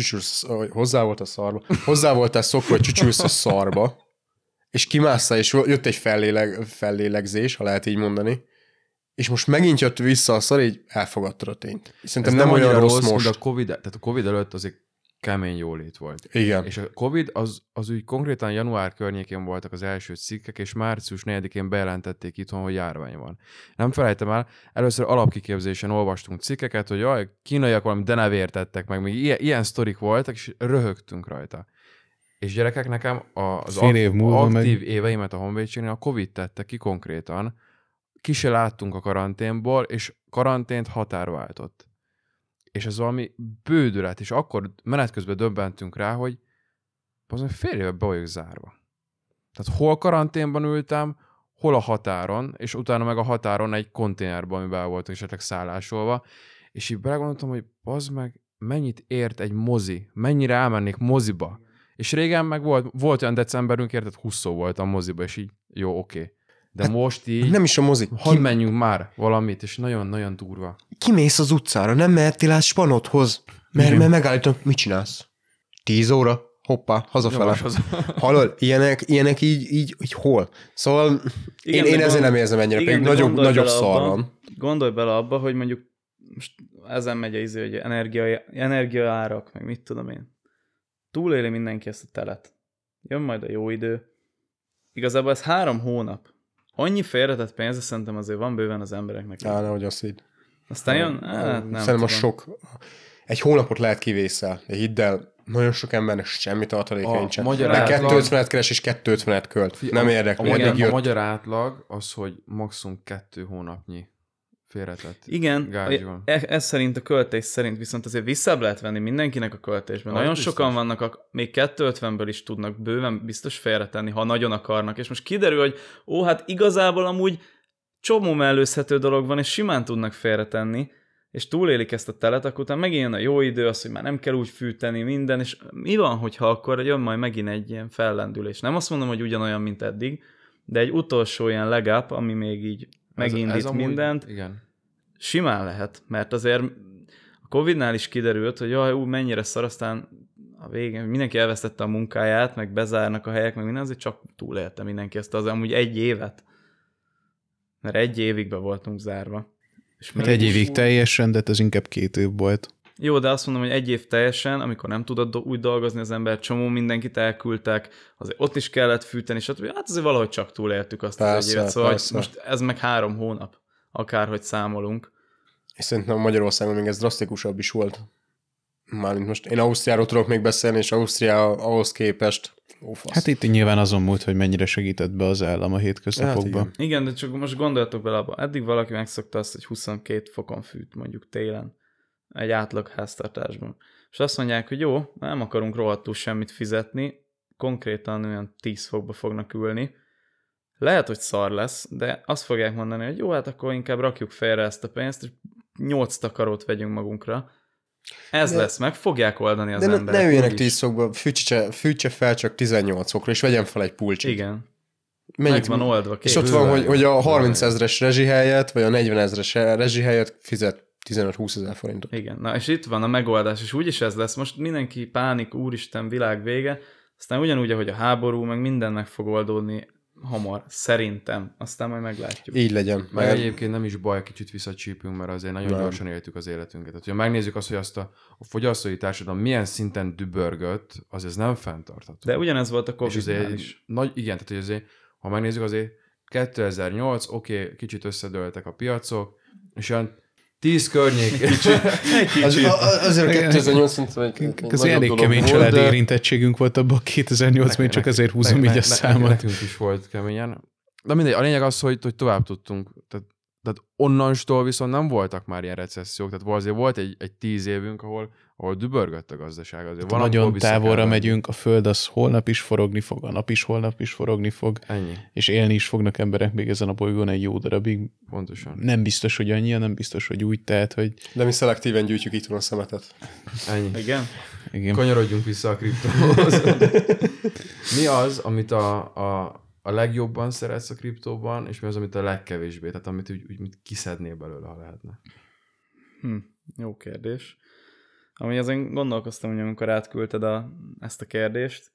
szokva, hogy csücsülsz a szarba, és kimásszál, és jött egy fellélegzés, ha lehet így mondani, és most megint jött vissza a szar, így elfogadtad a tényt. Szerintem nem olyan rossz most. Tehát a Covid előtt azért kemény jólét volt. Igen. És a Covid az úgy konkrétan január környékén voltak az első cikkek, és március 4-én bejelentették itthon, hogy járvány van. Nem felejtem el, először alapkiképzésen olvastunk cikkeket, hogy jaj, kínaiak valami denevértettek meg, még ilyen sztorik voltak, és röhögtünk rajta. És gyerekek, nekem az aktív éveimet a Honvédségnél a Covid tette ki konkrétan. Ki se láttunk a karanténból, és karantént határváltott. És ez valami bődület, és akkor menet közben döbbentünk rá, hogy fél éve be vagyok zárva. Tehát hol karanténban ültem, hol a határon, és utána meg a határon egy konténerben, amiben voltunk esetleg szállásolva, és így belegondoltam, hogy bazd meg, mennyit ért egy mozi, mennyire elmennék moziba. És régen meg volt olyan decemberünk, érted, 20 volt a moziba, és így jó, oké. De most így... Nem is a mozik. Hadd menjünk már valamit, és nagyon-nagyon durva. Kimész az utcára, nem mehettél át spanodhoz, mert megállítom, mit csinálsz? 10 óra? Hoppá, hazafele. Hallod, ilyenek így hol? Szóval igen, én ezért nem érzem ennyire, pedig nagyobb szar van. Gondolj bele abba, hogy mondjuk most ezen megy a izé, hogy energiaárak, meg mit tudom én. Túléli mindenki ezt a telet. Jön majd a jó idő. Igazából ez 3 hónap. Annyi félretett pénz, szerintem azért van bőven az embereknek. Nehogy azt így. Aztán jön? Hát, nem szerintem a sok... Egy hónapot lehet kivészel, de hidd el, nagyon sok embernek semmi tartaléka nincsen. De 250-et keres és 250-et költ. Nem érdekli. A magyar átlag az, hogy maximum 2 hónapnyi félretett. Igen, ez szerint a költés szerint viszont azért visszább lehet venni mindenkinek a költésben. Nagyon biztos. Sokan vannak, még 250-ből is tudnak bőven biztos félretenni, ha nagyon akarnak. És most kiderül, hogy hát igazából amúgy csomó mellőzhető dolog van, és simán tudnak félretenni, és túlélik ezt a telet, akkor utána megint jön a jó idő, az, hogy már nem kell úgy fűteni minden, és mi van, hogyha akkor jön majd megint egy ilyen fellendülés. Nem azt mondom, hogy ugyanolyan, mint eddig, de egy utolsó ilyen leg up, ami még így megindít mindent. Igen. Simán lehet, mert azért a Covid-nál is kiderült, hogy mennyire szar, aztán a végén mindenki elvesztette a munkáját, meg bezárnak a helyek, meg minden, azért csak túlélte mindenki ezt az amúgy 1 évet. Mert 1 évig be voltunk zárva. És hát 1 évig teljesen, de ez inkább 2 év volt. Jó, de azt mondom, hogy 1 év teljesen, amikor nem tudott úgy dolgozni az ember, csomó mindenkit elküldtek, azért ott is kellett fűteni, stb. Hát azért valahogy csak túléltük azt az 1 évet. Szóval most ez meg 3 hónap, akárhogy számolunk. És szerintem Magyarországon még ez drasztikusabb is volt. Mármint most én Ausztriáról tudok még beszélni, és Ausztria ahhoz képest hát itt nyilván azon múlt, hogy mennyire segített be az állam a hétköznapokban. Hát igen, de csak most gondoljatok bele abba. Eddig valaki megszokta azt, hogy 22 fokon fűt mondjuk télen egy átlag háztartásban. És azt mondják, hogy jó, nem akarunk rohadtul semmit fizetni, konkrétan olyan 10 fokba fognak ülni. Lehet, hogy szar lesz, de azt fogják mondani, hogy jó, hát akkor inkább rakjuk félre ezt a pénzt, és 8 takarót vegyünk magunkra. Ez lesz, meg fogják oldani az emberek. De ne üljenek 10 fokba, fűtse fel csak 18 fokra, és vegyen fel egy pulcsit. Igen. Meg van oldva. És ott van, hogy a 30 000-es rezsi helyett, vagy a 40 000-es rezsi helyett fizet 15-20 000 forintot. Igen, na és itt van a megoldás, és úgyis ez lesz. Most mindenki pánik, úristen, világ vége, aztán ugyanúgy, ahogy a háború, meg minden meg fog oldódni hamar, szerintem. Aztán majd meglátjuk. Így legyen. Meg egyébként nem is baj, kicsit visszacsípünk, mert azért nagyon gyorsan éltük az életünket. Tehát, hogyha megnézzük azt, hogy azt a fogyasztói társadalom milyen szinten dübörgött, az ez nem fenntartható. De ugyanez volt a Covid-nál is. Igen, tehát hogy azért, ha megnézzük azért 2008, oké, kicsit összedőltek a piacok, és olyan 10 környék. Azért a 2008 az elég kemény családi érintettségünk volt abban 2008-ban, csak azért húzom így a számot. Nekünk is volt keményen. De mindegy, a lényeg az, hogy tovább tudtunk. Tehát onnantól viszont nem voltak már ilyen recessziók. Tehát azért volt egy 10 évünk, ahol dübörgött a gazdaság. Azért van, nagyon távolra megyünk, a föld az holnap is forogni fog, a nap is holnap is forogni fog. Ennyi. És élni is fognak emberek még ezen a bolygón egy jó darabig. Pontosan. Nem biztos, hogy annyian, nem biztos, hogy úgy, tehát, hogy... De mi szelektíven gyűjtjük itt van a szemetet. Ennyi. Igen. Kanyarodjunk vissza a kriptóhoz. Mi az, amit a legjobban szeretsz a kriptóban, és mi az, amit a legkevésbé, tehát amit úgy kiszednél belőle, ha lehetne? Jó kérdés. Amúgy azon gondolkoztam, hogy amikor átküldted ezt a kérdést.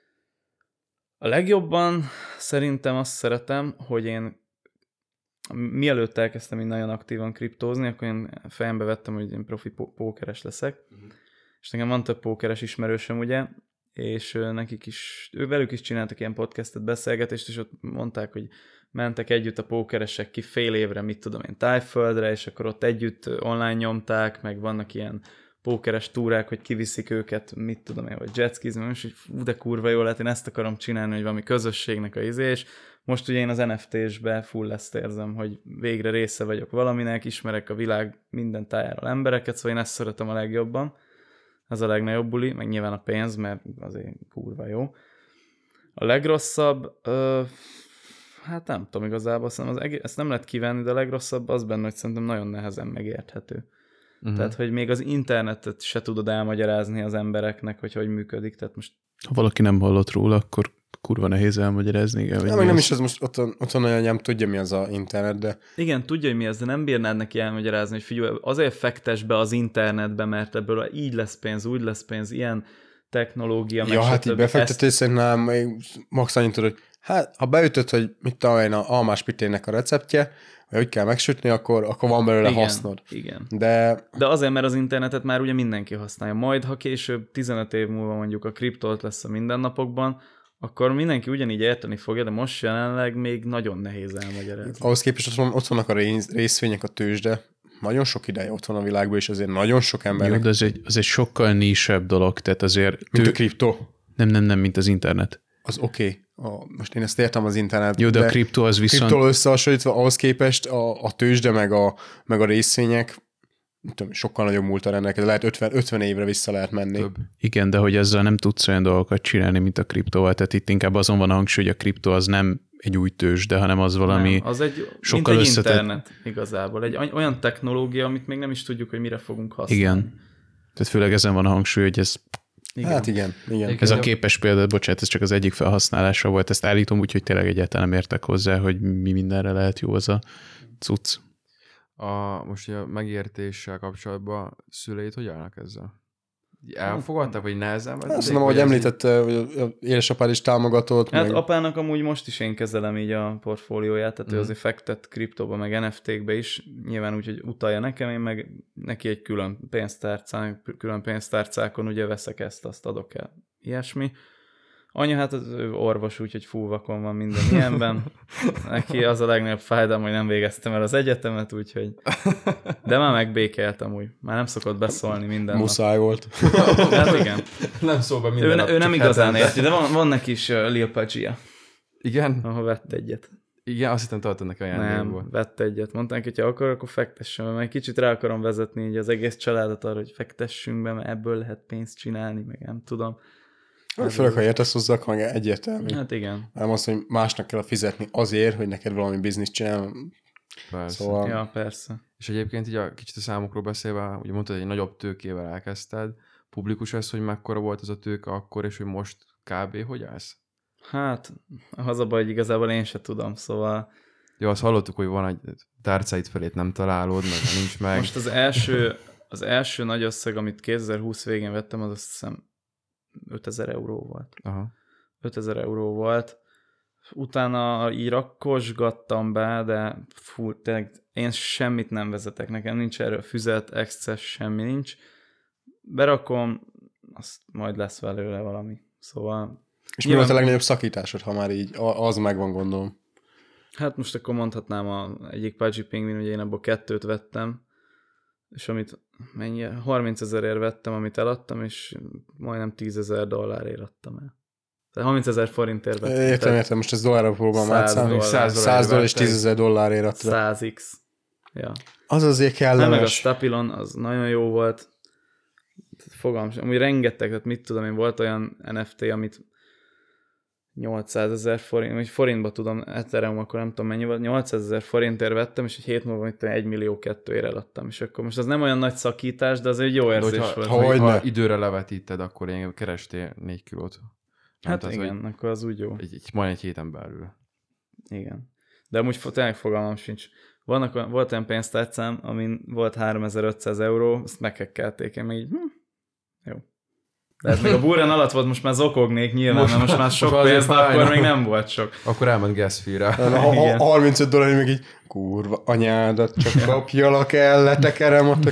A legjobban szerintem azt szeretem, hogy én mielőtt elkezdtem így nagyon aktívan kriptózni, akkor én fejembe vettem, hogy én profi pókeres leszek. És nekem van több pókeres ismerősöm, ugye, és velük is csináltak ilyen podcastet, beszélgetést, és ott mondták, hogy mentek együtt a pókeresek ki fél évre, mit tudom én, Tájföldre, és akkor ott együtt online nyomták, meg vannak ilyen pókeres túrák, hogy kiviszik őket, mit tudom én, vagy jetskizm, és hogy fú, de kurva jó lehet, én ezt akarom csinálni, hogy valami közösségnek a és most ugye én az NFT-sbe full ezt érzem, hogy végre része vagyok valaminek, ismerek a világ minden tájáról embereket, szóval én ezt szeretem a legjobban. Ez a legnagyobb buli, meg nyilván a pénz, mert azért kurva jó. A legrosszabb, hát nem tudom igazából, szerintem ezt nem lehet kivenni, de a legrosszabb az benne, hogy szerintem nagyon nehezen megérthető. Tehát, hogy még az internetet se tudod elmagyarázni az embereknek, hogy működik. Tehát most... Ha valaki nem hallott róla, akkor kurva nehéz elmagyarázni. Nem is, ez most ott van olyan, nem tudja, mi az a internet, de... Igen, tudja, hogy mi ez, de nem bírnád neki elmagyarázni, hogy figyelj, azért fektes be az internetbe, mert ebből így lesz pénz, úgy lesz pénz, ilyen technológia. Ja, hát így befektetés szerintem még max annyit tudod, hogy hát, ha beütöd, hogy mit tudom én, a almás pitének a receptje, vagy hogy kell megsütni, akkor van belőle hasznod. Igen. De azért, mert az internetet már ugye mindenki használja. Majd, ha később 15 év múlva mondjuk a kriptolt lesz a mindennapokban, akkor mindenki ugyanígy érteni fogja, de most jelenleg még nagyon nehéz elmagyarázni. Ahhoz képest ott vannak a részvények, a tőzsde. Nagyon sok ideje ott van a világban, és azért nagyon sok embernek. Jó, de az egy sokkal nisebb dolog, tehát azért... Mint a kripto. Nem, mint az internet. Az oké. Most én ezt értem az internet. Jó, de a kripto az viszont... Kriptól összehasonlítva ahhoz képest a tőzsde meg a részvények sokkal nagyobb múltra rendelkezik. Lehet 50 évre vissza lehet menni. Több. Igen, de hogy ezzel nem tudsz olyan dolgokat csinálni, mint a kriptóval. Tehát itt inkább azon van a hangsúly, hogy a kriptó az nem egy új tőzsde, hanem az valami nem, az egy, sokkal mint egy összetett... internet igazából. Egy olyan technológia, amit még nem is tudjuk, hogy mire fogunk használni. Igen. Tehát főleg ezen van a hangsúly, hogy ez... Igen. Hát igen. Ez a képes példa, bocsánat, ez csak az egyik felhasználása volt. Ezt állítom úgy, hogy tényleg egyáltalán nem értek hozzá, hogy mi mindenre lehet jó az a cucc. Most a megértéssel kapcsolatban szüleid hogy állnak ezzel? Elfogadtak, vagy nehezen? Azt mondom, ahogy említette, hogy édesapád is támogatott. Hát meg... apának amúgy most is én kezelem így a portfólióját, tehát ő azért fektet kriptóba, meg NFT-kbe is, nyilván úgy, hogy utalja nekem, én meg neki egy külön pénztárcákon ugye veszek azt adok el. Ilyesmi. Anya, hát az orvos, úgyhogy fullvakon van minden ilyenben. Neki az a legnagyobb fájdalom, hogy nem végeztem el az egyetemet, úgyhogy... De már megbékeltem úgy. Már nem szokott beszólni minden Muszáj volt. Hát igen. Nem szól be minden nap, ő nem csak igazán hetente. érti, de van neki is Lil Pudgy-ja, Igen? ahol vett egyet. Igen, azt hittem tartod neki ajándékból. Nem, vett egyet. Mondták, hogy ha akar, akkor fektessen be, mert egy kicsit rá akarom vezetni így az egész családot arra, hogy fektessünk be, mert ebből lehet pénzt csinálni, meg nem tudom. Főleg, ha értesz hozzá, akkor egyértelmű. Hát igen. Nem azt, hogy másnak kell fizetni azért, hogy neked valami bizniszt csinál. Persze. Szóval... Ja, persze. És egyébként így kicsit a számokról beszélve, ugye mondtad, hogy egy nagyobb tőkével elkezdted. Publikus ez, hogy mekkora volt az a tőke akkor, és hogy most kb. Hogy állsz? Hát, az a baj, hogy igazából én se tudom, szóval... Jó, azt hallottuk, hogy van egy tárcáid felét nem találod, meg nincs meg. Most az első nagy összeg, amit 2020 végén vettem, az azt hiszem 5000 euró volt. Aha. 5000 euró volt. Utána így rakkosgattam be, de tényleg én semmit nem vezetek. Nekem nincs erről füzet, excess, semmi nincs. Berakom, azt majd lesz belőle valami. Szóval... És mi volt a legnagyobb szakításod, ha már így az megvan, gondolom? Hát most akkor mondhatnám egyik Pudgy Penguin, ugye én abból 2 vettem, és amit 30 000-ért vettem, amit eladtam, és majdnem $10,000 adtam el. Tehát 30 000 forintért vettem. Értem, most ez dollárra próbálom átszámolni. $100 és $10,000 adtam. 100x. Ja. Az azért Nem, meg a kellemes. Stapilon, az nagyon jó volt. Fogalmam sem. Amúgy rengeteg, tehát mit tudom én, volt olyan NFT, amit 800 000 forint, vagy forintba tudom, Ethereum, akkor nem tudom mennyi volt, 800 000 forintért vettem, és egy hét múlva 1,2 millió eladtam, és akkor most az nem olyan nagy szakítás, de az egy jó érzés volt. Ha időre levetíted, akkor én kerestél 4 kilót. Hát tehát, igen, akkor az úgy jó. Majd egy héten belül. Igen. De amúgy tényleg fogalmam sincs. Volt olyan pénztárcám, amin volt 3500 euró, azt meghekkelték, én meg így, jó. De ez még a burrán alatt volt, most már zokognék nyilván, mert most már sok pénz, akkor még nem volt sok. Akkor elment gas fee-re. A $35 még így, kurva anyádat, csak kapjalak el, letekerem ott.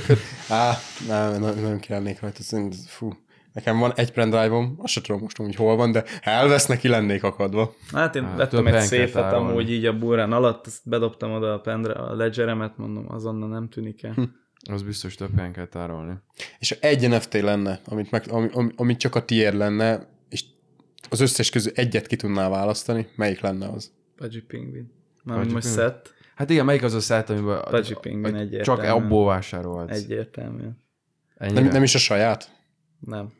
Nem kilennék rajta. Fú. Nekem van egy pendrive-om, azt sem tudom most, hogy hol van, de ha elvesznek, ki lennék akadva. Hát én vettem egy széfet amúgy így a burrán alatt, ezt bedobtam oda a ledgeremet, mondom, azonnal nem tűnik el. Az biztos több helyen kell tárolni. És ha egy NFT lenne, amit csak a tiéd lenne, és az összes közül egyet ki tudnál választani, melyik lenne az? Pudgy Penguin. Mármint most set. Hát igen, melyik az a set, amiben Pudgy Penguin egyértelműen. csak abból vásárolt. Egyértelműen. Nem is a saját? Nem.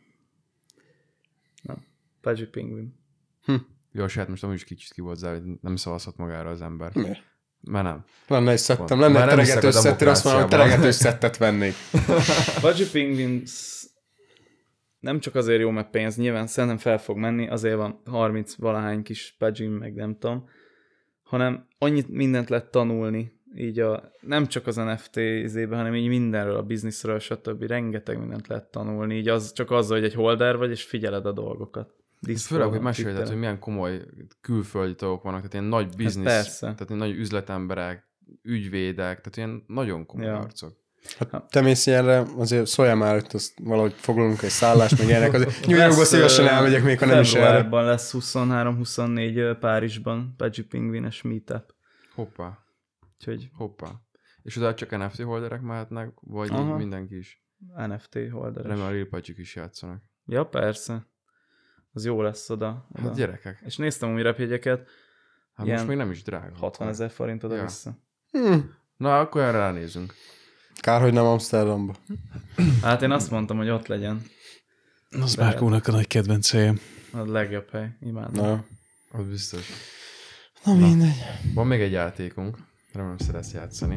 Pudgy Penguin. Jó, a saját most amúgy is kicsit ki volt zár, hogy nem szavazhat magára az ember. Miért? Mert nem. Lenne egy szettem, lenne egy teregetős szett, én azt mondom, hogy teregetős szettet vennék. Pudgy Penguin nem csak azért jó, mert pénz, nyilván szerintem fel fog menni, azért van 30 valahány kis pagin, meg nem tudom, hanem annyit mindent lehet tanulni, így nem csak az NFT izében, hanem így mindenről, a bizniszről, stb. Rengeteg mindent lehet tanulni, így csak azzal, hogy egy holder vagy, és figyeled a dolgokat. Főleg, hogy mesélted, hogy milyen komoly külföldi dolgok vannak, tehát ilyen nagy biznisz, tehát ilyen nagy üzletemberek, ügyvédek, tehát ilyen nagyon komoly arcok. Hát te mész ilyenre, azért szóljál már, hogy azt valahogy foglalunk egy szállást, meg ilyenek. New Yorkba szívesen elmegyek még, ha nem is erre. Februárban lesz 23-24 Párizsban, Pagyi Pingvines meetup. Hoppá. Úgyhogy... Hoppá. És oda csak NFT holderek mehetnek, vagy mindenki is? NFT holderes. Remélem a Real Pagyik is játszanak. Ja, persze. Az jó lesz oda. Hát gyerekek. És néztem új repjegyeket. Hát most még nem is drága. 60 000 forint oda-vissza. Na, akkor erre ránézünk. Kár, hogy nem Amsterdamba. Hát én azt mondtam, hogy ott legyen. Az Márkónak a nagy kedvenc helyem. A legjobb hely. Imádom. Na, az biztos. Na mindegy. Van még egy játékunk. Remélem szeretsz játszani.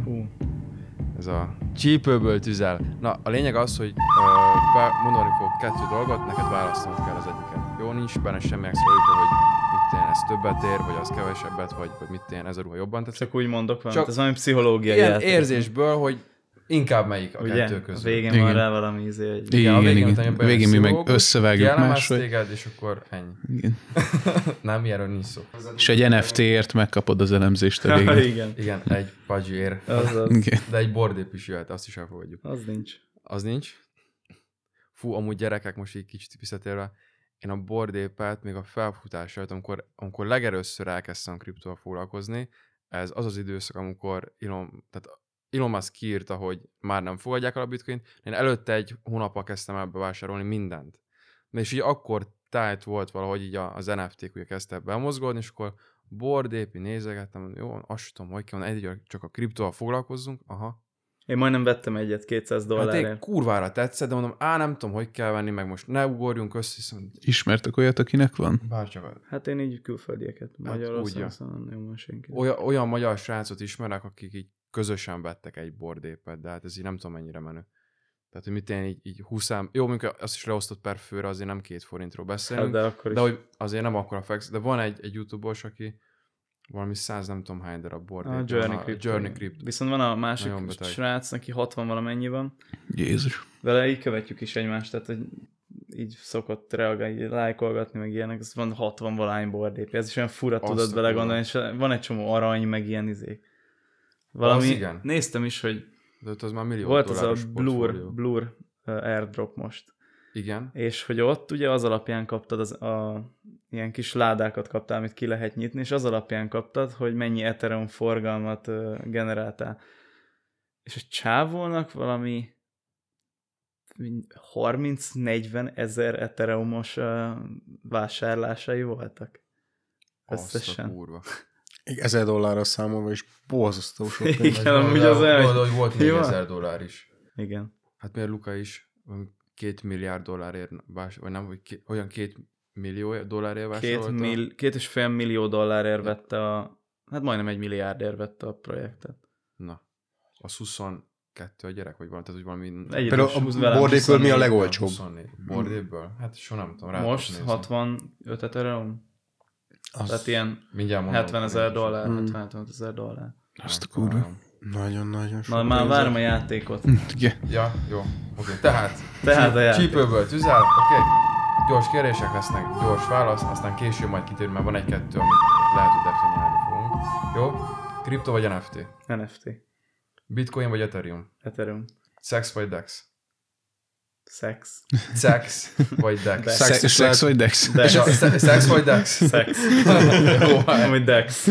Ez a csípőből tüzel. Na, a lényeg az, hogy mondani fog 2 dolgot, neked választanod kell az egyiket. Jó, nincs benne semmi extra, hogy mit ilyen, ez többet ér, vagy az kevesebbet, vagy mit ilyen, ez a ruha jobban tetszik. Csak úgy mondok valamit, ez valami pszichológiai ilyen játék. Érzésből, hogy inkább melyik a kettő közül. A végén van rá valami izé, hogy... Igen. A végén mi meg összevágjuk máshogy. Téged, és akkor ennyi. Igen. Nem, ilyenről nincs szó. És egy NFT-ért megkapod az elemzést a végén. Igen, egy Pagyi-ér. De egy bordép is jöhet, azt is elfogadjuk. Az nincs. Az nincs? Fú, amúgy gyerekek, most így kicsit visszatérve, én a bordépet még a felfutás előtt, amikor legelőször elkezdtem kriptóval foglalkozni, ez az az időszak, amikor Elon Musk kiírta, hogy már nem fogadják el a bitcoint. Én előtte egy hónappal kezdtem el bevásárolni mindent. És így akkor tájt volt valahogy így az NFT-k, ugye kezdte bemozgódni, és akkor bordépi nézegettem, jó, azt tudom, hogy kell, egyre csak a kriptóval foglalkozzunk, aha. Én majdnem vettem egyet $200. Hát én kurvára tetszett, de mondom, nem tudom, hogy kell venni, meg most ne ugorjunk össze, viszont... Ismertek olyat, akinek van? Bárcsak. Hát én így külföldieket, Magyarországon nem van senki. Olyan magyar srácot ismerek, akik így közösen vettek egy bordépet, de hát ez így nem tudom mennyire menő. Tehát, hogy mit én így 20 jó, mondjuk azt is leosztott per főre, azért nem 2 forintról beszélünk, hát de hogy azért nem akkora flex, de van egy YouTube-os, aki valami 100 nem tudom hány darab bordép. A Journey Crypt. Viszont van a másik srác, neki 60 valamennyi van. Jézus. Vele így követjük is egymást, tehát hogy így szokott reagálni, lájkolgatni, meg ilyenek, ez van 60 valány bordép. Ez is olyan fura, tudod belegondolni, és van egy csomó arany, meg ilyen izék. Valami, néztem is, hogy az már millió volt az a Blur airdrop most. Igen. És hogy ott ugye az alapján kaptad ilyen kis ládákat kaptál, amit ki lehet nyitni, és az alapján kaptad, hogy mennyi Ethereum forgalmat generáltál. És a csávónak valami 30-40 ezer Ethereumos vásárlásai voltak. Összesen. $1000 számolva is borzasztó sok. Igen, amúgy az hogy volt $4000 is. Igen. Hát miért Luka is $2 milliárd vagy nem, hogy olyan $2 millió vásárolta? $2,5 millió vette hát majdnem $1 milliárdért vette a projektet. Na, az 22 a gyerek, vagy valami, tehát hogy valami... Például a bordépből mi a legolcsóbb? 24. Bordépből? Hát soha nem tudom. Most 65 Ethereum? Tehát ilyen $70,000, $75,000. Azt a kurva. Nagyon-nagyon sok. Na, már várom a játékot. Ja, jó. Oké, tehát a játék. Csípőből tüzel, oké. Gyors kérdések lesznek, gyors válasz, aztán később majd kitérünk, mert van 1-2, amit lehet, hogy definiálni fogunk. Jó? Kripto vagy NFT? NFT. Bitcoin vagy Ethereum? Ethereum. Sex vagy DEX? Sex. Sex vagy DEX? Sex vagy DEX? Sex vagy DEX? Sex. Vagy DEX.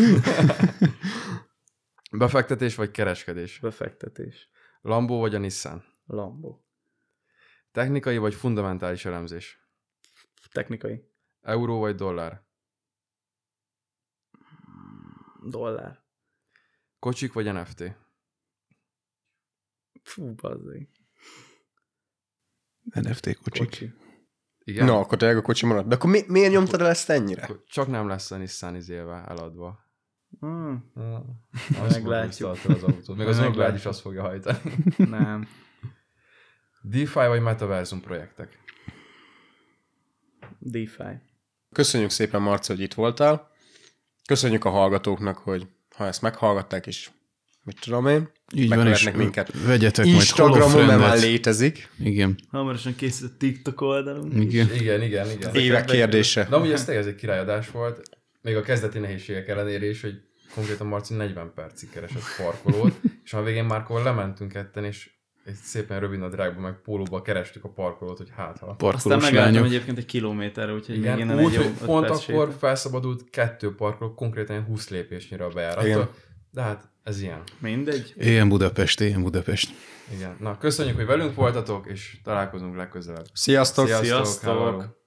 Befektetés vagy kereskedés? Befektetés. Lambo vagy a Nissan? Lambo. Technikai vagy fundamentális elemzés? Technikai. Euró vagy dollár? Dollár. Kocsik vagy NFT? Fú, bazzeg. NFT kocsik. Igen? Na, akkor tényleg a kocsi marad. De akkor miért nyomtad el ezt ennyire? Csak nem lesz a Nissan izélve eladva. Meglátjuk. Az autót. Még az önoklád is azt fogja hajtani. Nem. DeFi vagy metaversum projektek? DeFi. Köszönjük szépen, Marci, hogy itt voltál. Köszönjük a hallgatóknak, hogy ha ezt meghallgatták is, mit tudom én, így van, és minket vegyetek Instagramon, mert már majd létezik. Igen. Hamarosan készült a TikTok oldalunk. Igen. Évek kérdése. De amúgy ez tényleg egy királyadás volt, még a kezdeti nehézségek ellenére is, hogy konkrétan Marci 40 percig keresett parkolót, és a végén már akkor lementünk ketten, és egy szépen rövid nadrágban meg pólóba kerestük a parkolót, hogy hát Aztán megálltam egyébként egy kilométerre, úgyhogy igen, még innen úgy, egy jó pont akkor felszabadult 2 parkoló, konkrétan 20 lépésnyire a bejárattól. De hát ez ilyen. Mindegy. Ilyen Budapest. Igen. Na, köszönjük, hogy velünk voltatok, és találkozunk legközelebb. Sziasztok! Sziasztok!